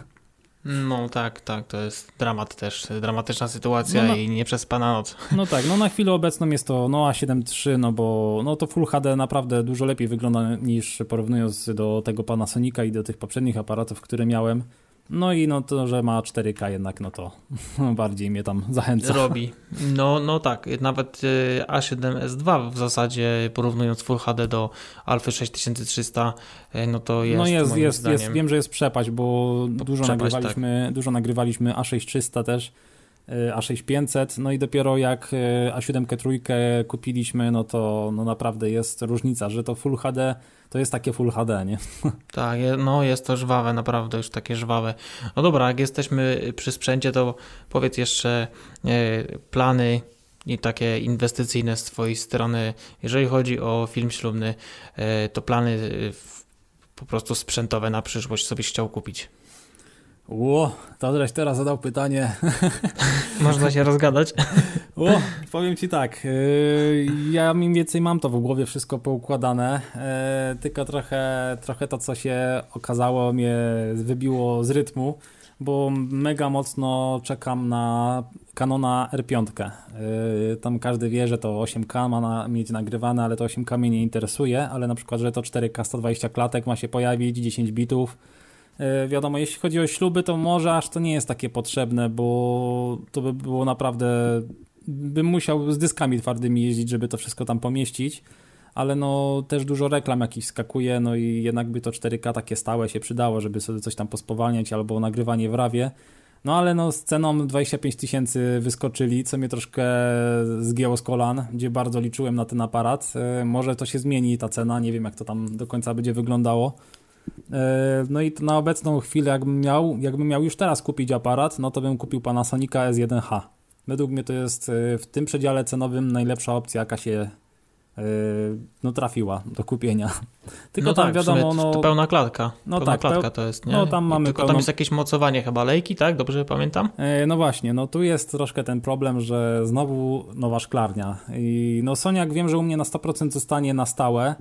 No tak, tak, to jest dramat też, dramatyczna sytuacja no na, i nieprzespana noc. No tak, no na chwilę obecną jest to no A siedem trzy, no bo no to Full H D naprawdę dużo lepiej wygląda niż porównując do tego Panasonica i do tych poprzednich aparatów, które miałem. No i no to, że ma cztery K jednak, no to bardziej mnie tam zachęca. Robi. No, no tak, nawet A siedem S dwa w zasadzie porównując Full H D do Alpha sześć tysięcy trzysta, no to jest No jest, moim jest, zdaniem... jest, wiem, że jest przepaść, bo dużo przepaść, nagrywaliśmy, tak. dużo nagrywaliśmy A sześć trzysta też, A sześć pięćset, no i dopiero jak A siedem trzy kupiliśmy, no to no naprawdę jest różnica, że to Full H D to jest takie Full H D, nie? Tak, no jest to żwawe, naprawdę już takie żwawe. No dobra, jak jesteśmy przy sprzęcie, to powiedz jeszcze plany i takie inwestycyjne z twojej strony, jeżeli chodzi o film ślubny, to plany po prostu sprzętowe na przyszłość sobie chciał kupić. Ło, to żeś teraz zadał pytanie. Można się rozgadać. O, powiem ci tak, yy, ja mniej więcej mam to w głowie wszystko poukładane, yy, tylko trochę, trochę to, co się okazało, mnie wybiło z rytmu, bo mega mocno czekam na Canona R pięć. Yy, tam każdy wie, że to osiem K ma na, mieć nagrywane, ale to osiem K mnie nie interesuje, ale na przykład, że to cztery K sto dwadzieścia klatek ma się pojawić, dziesięć bitów. Wiadomo, jeśli chodzi o śluby, to może aż to nie jest takie potrzebne, bo to by było naprawdę, bym musiał z dyskami twardymi jeździć, żeby to wszystko tam pomieścić, ale no też dużo reklam jakichś skakuje, no i jednak by to cztery K takie stałe się przydało, żeby sobie coś tam pospowalniać albo nagrywanie w rawie. No ale no z ceną dwadzieścia pięć tysięcy wyskoczyli, co mnie troszkę zgięło z kolan, gdzie bardzo liczyłem na ten aparat. Może to się zmieni ta cena, nie wiem jak to tam do końca będzie wyglądało. No i na obecną chwilę jakbym miał, jakbym miał już teraz kupić aparat, no to bym kupił Panasonica S jeden H. Według mnie to jest w tym przedziale cenowym najlepsza opcja, jaka się no, trafiła do kupienia. Tylko no tam tak, wiadomo, no to pełna klatka. No pełna tak, klatka peł... to jest, nie? No tam mamy tylko pełną... tam jest jakieś mocowanie chyba lejki, tak? Dobrze pamiętam? No właśnie, no tu jest troszkę ten problem, że znowu nowa szklarnia. I no Soniak wiem, że u mnie na sto procent zostanie na stałe.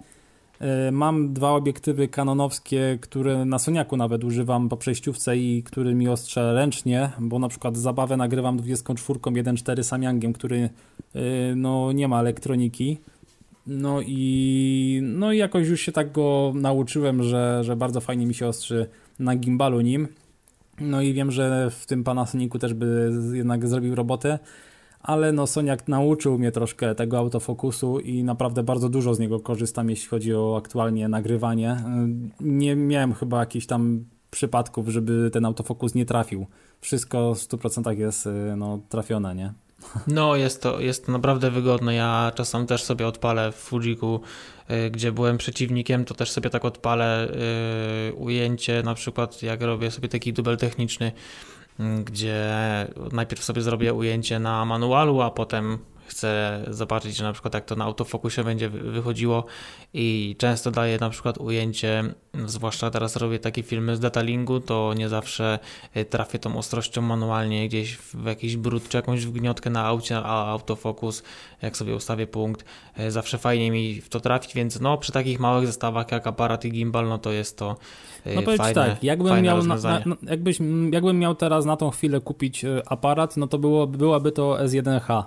Mam dwa obiektywy kanonowskie, które na Soniaku nawet używam po przejściówce i którymi ostrzę ręcznie, bo na przykład zabawę nagrywam dwudziestką czwórką jeden cztery Samyangiem, który no, nie ma elektroniki. No i, no i jakoś już się tak go nauczyłem, że, że bardzo fajnie mi się ostrzy na gimbalu nim. No i wiem, że w tym Panasonicu też by jednak zrobił robotę. Ale no Soniak nauczył mnie troszkę tego autofokusu i naprawdę bardzo dużo z niego korzystam, jeśli chodzi o aktualnie nagrywanie. Nie miałem chyba jakichś tam przypadków, żeby ten autofokus nie trafił. Wszystko w stu procentach jest no, trafione, nie? No jest to, jest to naprawdę wygodne. Ja czasem też sobie odpalę w Fujiku, y, gdzie byłem przeciwnikiem, to też sobie tak odpalę y, ujęcie, na przykład jak robię sobie taki dubel techniczny, gdzie najpierw sobie zrobię ujęcie na manualu, a potem chcę zobaczyć, że na przykład jak to na autofokusie będzie wychodziło i często daję na przykład ujęcie, zwłaszcza teraz robię takie filmy z detailingu, to nie zawsze trafię tą ostrością manualnie gdzieś w jakiś brud czy jakąś wgniotkę na aucie, a autofokus, jak sobie ustawię punkt, zawsze fajnie mi w to trafić, więc no przy takich małych zestawach jak aparat i gimbal, no to jest to no fajne, fajne, tak, jakbym miał na, na, jakbyś, jakbym miał teraz na tą chwilę kupić aparat, no to było, byłaby to S jeden H.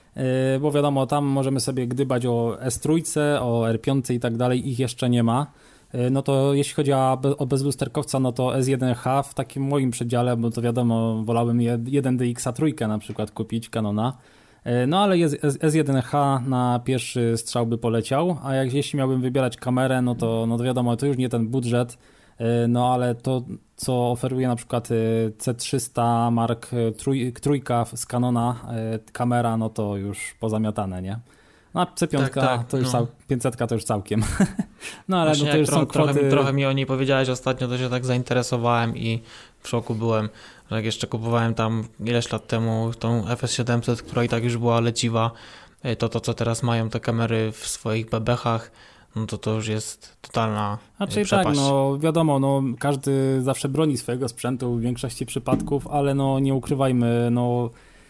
Bo wiadomo, tam możemy sobie gdybać o S trzy, o R pięć i tak dalej, ich jeszcze nie ma. No to jeśli chodzi o bezlusterkowca, no to S jeden H w takim moim przedziale, bo to wiadomo, wolałbym jeden D X trzy na przykład kupić, Canona. No ale S jeden H na pierwszy strzał by poleciał, a jak jeśli miałbym wybierać kamerę, no to, no to wiadomo, to już nie ten budżet. No ale to, co oferuje na przykład C trzysta Mark trój, trójka z Canona kamera, no to już pozamiatane, nie? No a C pięć tak, tak, to już no. cał, pięćset to już całkiem. No ale no to już tro, są kwoty... Trochę, trochę mi o niej powiedziałeś ostatnio, to się tak zainteresowałem i w szoku byłem, że jak jeszcze kupowałem tam ileś lat temu tą F S siedemset, która i tak już była leciwa, to to, co teraz mają te kamery w swoich bebechach, no to to już jest totalna znaczy, przepaść. Tak, no wiadomo, no każdy zawsze broni swojego sprzętu w większości przypadków, ale no nie ukrywajmy, no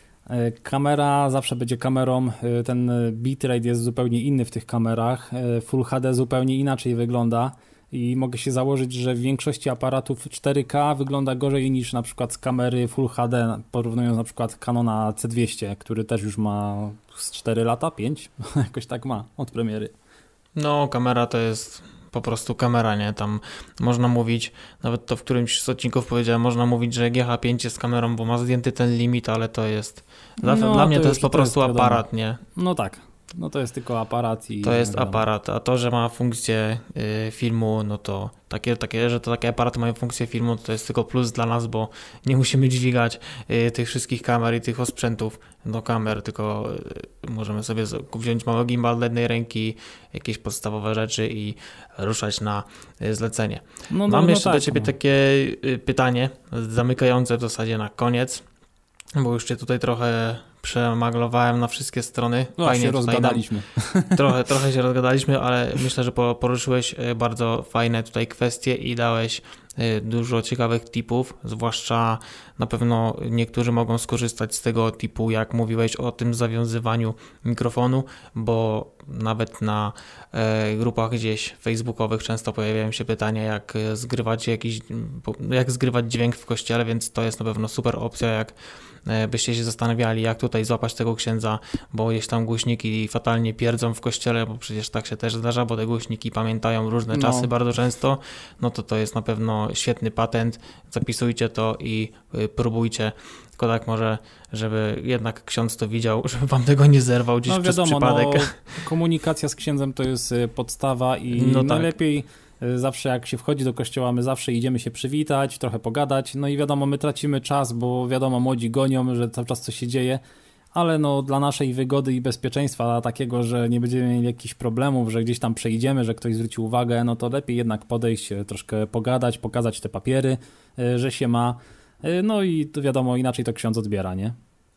kamera zawsze będzie kamerą, ten bitrate jest zupełnie inny w tych kamerach, Full H D zupełnie inaczej wygląda i mogę się założyć, że w większości aparatów cztery K wygląda gorzej niż na przykład z kamery Full H D, porównując na przykład Canona C dwieście, który też już ma z cztery lata, pięć, jakoś tak ma od premiery. No, kamera to jest po prostu kamera, nie? Tam można mówić, nawet to w którymś z odcinków powiedziałem, można mówić, że G H pięć jest kamerą, bo ma zdjęty ten limit, ale to jest, dla, no, dla mnie to, to jest po prostu jest aparat, nie? No tak, no to jest tylko aparat i... To jest aparat, a to, że ma funkcję y, filmu, no to takie, takie, że to takie aparaty mają funkcję filmu, to jest tylko plus dla nas, bo nie musimy dźwigać y, tych wszystkich kamer i tych osprzętów do kamer, tylko y, możemy sobie wziąć mały gimbal do jednej ręki, jakieś podstawowe rzeczy i ruszać na y, zlecenie. No, no, Mam no, jeszcze no tak, do Ciebie no. takie y, pytanie, zamykające w zasadzie na koniec, bo już Cię tutaj trochę przemaglowałem na wszystkie strony. No, fajnie się rozgadaliśmy. Nam, trochę, trochę się rozgadaliśmy, ale myślę, że poruszyłeś bardzo fajne tutaj kwestie i dałeś dużo ciekawych tipów, zwłaszcza na pewno niektórzy mogą skorzystać z tego tipu, jak mówiłeś o tym zawiązywaniu mikrofonu, bo nawet na e, grupach gdzieś facebookowych często pojawiają się pytania, jak zgrywać jakiś, jak zgrywać dźwięk w kościele, więc to jest na pewno super opcja, jak e, byście się zastanawiali, jak tutaj złapać tego księdza, bo jeśli tam głośniki fatalnie pierdzą w kościele, bo przecież tak się też zdarza, bo te głośniki pamiętają różne no. czasy bardzo często, no to to jest na pewno świetny patent, zapisujcie to i y, próbujcie, tylko tak może, żeby jednak ksiądz to widział, żeby wam tego nie zerwał gdzieś no, wiadomo, przez przypadek. No, komunikacja z księdzem to jest podstawa i no najlepiej tak. zawsze jak się wchodzi do kościoła, my zawsze idziemy się przywitać, trochę pogadać, no i wiadomo, my tracimy czas, bo wiadomo, młodzi gonią, że cały czas coś się dzieje, ale no dla naszej wygody i bezpieczeństwa takiego, że nie będziemy mieli jakichś problemów, że gdzieś tam przejdziemy, że ktoś zwróci uwagę, no to lepiej jednak podejść, troszkę pogadać, pokazać te papiery, że się ma, no i to wiadomo, inaczej to ksiądz odbiera, nie?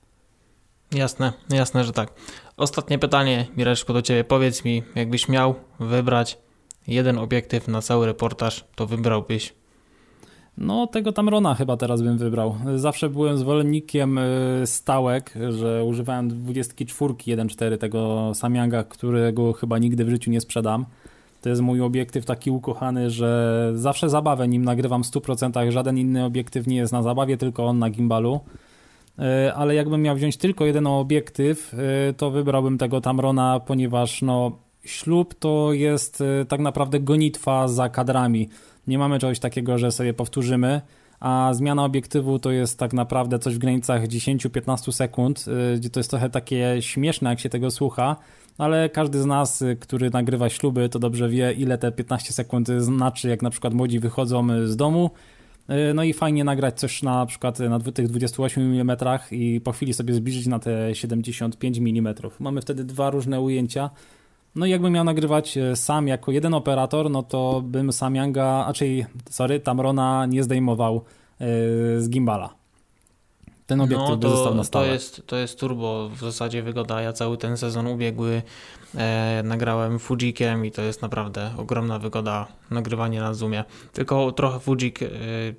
Jasne, jasne, że tak. Ostatnie pytanie, Mireczko, do Ciebie. Powiedz mi, jakbyś miał wybrać jeden obiektyw na cały reportaż, to wybrałbyś? No tego Tamrona chyba teraz bym wybrał. Zawsze byłem zwolennikiem stałek, że używałem dwudziestki cztery jeden cztery tego Samyanga, którego chyba nigdy w życiu nie sprzedam. To jest mój obiektyw taki ukochany, że zawsze zabawę nim nagrywam w stu procentach. Żaden inny obiektyw nie jest na zabawie, tylko on na gimbalu. Ale jakbym miał wziąć tylko jeden obiektyw, to wybrałbym tego Tamrona, ponieważ no, ślub to jest tak naprawdę gonitwa za kadrami. Nie mamy czegoś takiego, że sobie powtórzymy, a zmiana obiektywu to jest tak naprawdę coś w granicach dziesięć do piętnastu sekund, gdzie to jest trochę takie śmieszne, jak się tego słucha, ale każdy z nas, który nagrywa śluby, to dobrze wie, ile te piętnaście sekund znaczy, jak na przykład młodzi wychodzą z domu. No i fajnie nagrać coś na przykład na tych dwudziestu ośmiu milimetrach i po chwili sobie zbliżyć na te siedemdziesiąt pięć milimetrów. Mamy wtedy dwa różne ujęcia. No i jakbym miał nagrywać sam jako jeden operator, no to bym Samyanga, raczej, sorry, Tamrona nie zdejmował yy, z gimbala. Ten obiektyw no to, by został na stałe. To jest, to jest turbo w zasadzie wygoda. Ja cały ten sezon ubiegły e, nagrałem Fujikiem i to jest naprawdę ogromna wygoda nagrywanie na Zoomie. Tylko trochę Fujik e,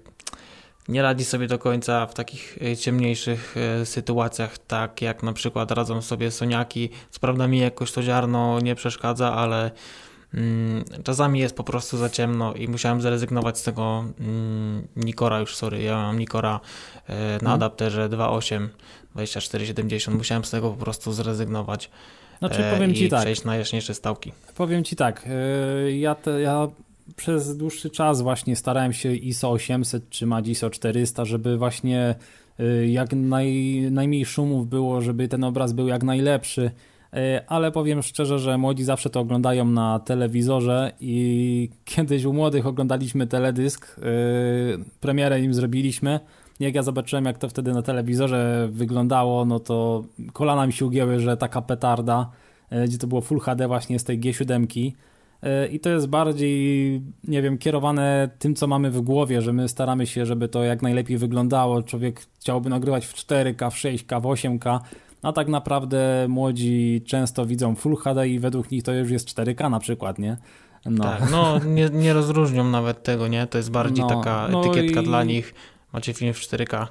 nie radzi sobie do końca w takich ciemniejszych e, sytuacjach, tak jak na przykład radzą sobie Soniaki. Co prawda mi jakoś to ziarno nie przeszkadza, ale mm, czasami jest po prostu za ciemno i musiałem zrezygnować z tego mm, Nikora już, sorry, ja mam Nikora e, na hmm. adapterze dwa osiem dwadzieścia cztery siedemdziesiąt, musiałem z tego po prostu zrezygnować. Znaczy, powiem i ci tak, przejść na jaśniejsze stałki. Powiem ci tak, yy, ja, te, ja przez dłuższy czas właśnie starałem się I S O osiemset trzymać, I S O czterysta, żeby właśnie yy, jak naj, najmniej szumów było, żeby ten obraz był jak najlepszy. ale powiem szczerze, że młodzi zawsze to oglądają na telewizorze i kiedyś u młodych oglądaliśmy teledysk, premierę im zrobiliśmy. Jak ja zobaczyłem, jak to wtedy na telewizorze wyglądało, no to kolana mi się ugięły, że taka petarda, gdzie to było Full H D właśnie z tej G siedem. I to jest bardziej, nie wiem, kierowane tym, co mamy w głowie, że my staramy się, żeby to jak najlepiej wyglądało. Człowiek chciałby nagrywać w cztery K, w sześć K, w osiem K, a tak naprawdę młodzi często widzą Full H D i według nich to już jest cztery K na przykład, nie? No. Tak, no nie, nie rozróżnią nawet tego, nie? To jest bardziej no, taka no etykietka i... dla nich. Macie film w cztery K.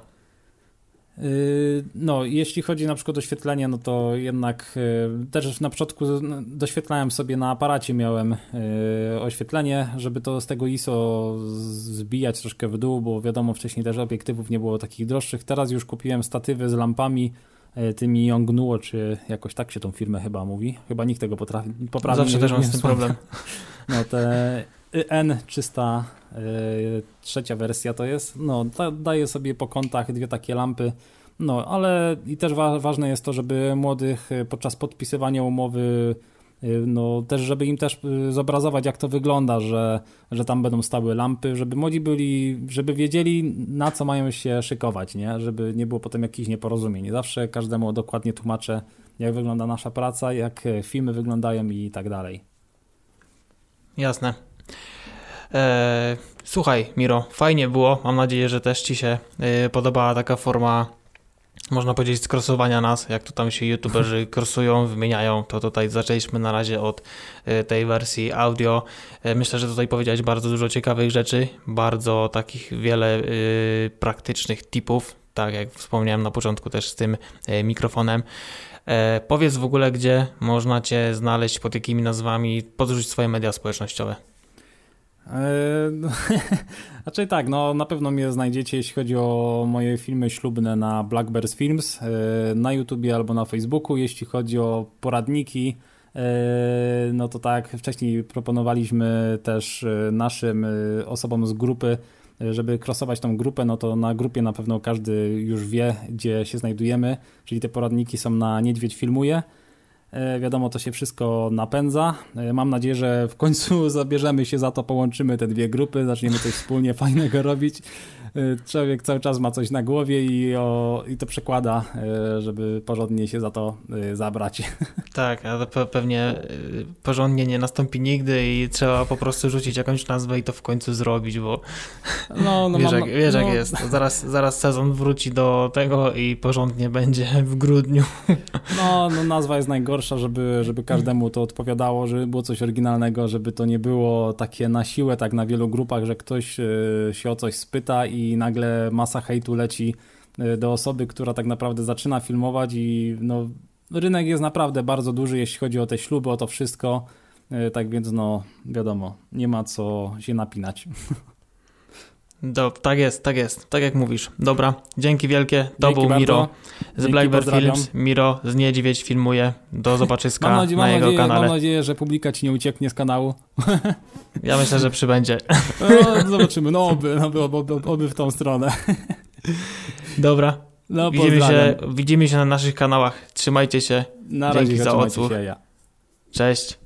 No, jeśli chodzi na przykład o oświetlenie, no to jednak też na początku doświetlałem sobie na aparacie, miałem oświetlenie, żeby to z tego I S O zbijać troszkę w dół, bo wiadomo, wcześniej też obiektywów nie było takich droższych. Teraz już kupiłem statywy z lampami, tymi Yongnuo, czy jakoś tak się tą firmę chyba mówi. Chyba nikt tego potrafi poprawić. Zawsze też mam z tym problem. No te N trzysta trzecia wersja to jest, no da, daje sobie po kątach dwie takie lampy, no ale i też wa- ważne jest to, żeby młodych podczas podpisywania umowy, no też żeby im też zobrazować, jak to wygląda, że, że tam będą stały lampy, żeby młodzi byli, żeby wiedzieli, na co mają się szykować, nie? Żeby nie było potem jakichś nieporozumień. Zawsze każdemu dokładnie tłumaczę, jak wygląda nasza praca, jak filmy wyglądają i tak dalej. Jasne. Eee, słuchaj, Miro, fajnie było. Mam nadzieję, że też Ci się e, podobała taka forma, można powiedzieć, skrosowania nas, jak to tam się youtuberzy krosują, wymieniają. To tutaj zaczęliśmy na razie od e, tej wersji audio. E, myślę, że tutaj powiedziałeś bardzo dużo ciekawych rzeczy, bardzo takich wiele e, praktycznych tipów, tak jak wspomniałem na początku też z tym e, mikrofonem. E, powiedz w ogóle, gdzie można Cię znaleźć, pod jakimi nazwami, podrzuć swoje media społecznościowe. No, znaczy tak, no na pewno mnie znajdziecie, jeśli chodzi o moje filmy ślubne na Blackbears Films, na YouTubie albo na Facebooku. Jeśli chodzi o poradniki, no to tak, wcześniej proponowaliśmy też naszym osobom z grupy, żeby krosować tą grupę, no to na grupie na pewno każdy już wie, gdzie się znajdujemy, czyli te poradniki są na Niedźwiedź Filmuje. Wiadomo, to się wszystko napędza. Mam nadzieję, że w końcu zabierzemy się za to, połączymy te dwie grupy, zaczniemy coś wspólnie fajnego robić. Człowiek cały czas ma coś na głowie i, o, i to przekłada, żeby porządnie się za to zabrać. Tak, ale pe- pewnie porządnie nie nastąpi nigdy i trzeba po prostu rzucić jakąś nazwę i to w końcu zrobić, bo no, no wiesz, mam, jak, wiesz no. jak jest. Zaraz, zaraz sezon wróci do tego i porządnie będzie w grudniu. No, no nazwa jest najgorsza, żeby, żeby każdemu to odpowiadało, żeby było coś oryginalnego, żeby to nie było takie na siłę, tak na wielu grupach, że ktoś się o coś spyta i i nagle masa hejtu leci do osoby, która tak naprawdę zaczyna filmować i no, rynek jest naprawdę bardzo duży, jeśli chodzi o te śluby, o to wszystko, tak więc no wiadomo, nie ma co się napinać. Do, tak jest, tak jest, tak jak mówisz. Dobra, dzięki wielkie, to dzięki był bardzo. Miro z Dzięki, Blackbear pozdrawiam. Films, Miro z Niedźwiedź Filmuje, do zobaczyska mam nadzieję, na mam jego nadzieję, kanale. Mam nadzieję, że publika ci nie ucieknie z kanału. Ja myślę, że przybędzie. No, zobaczymy, no oby, oby, oby, oby w tą stronę. Dobra, no, widzimy, się, widzimy się na naszych kanałach, trzymajcie się, na razie, dzięki za odsłuch. Się, ja. Cześć.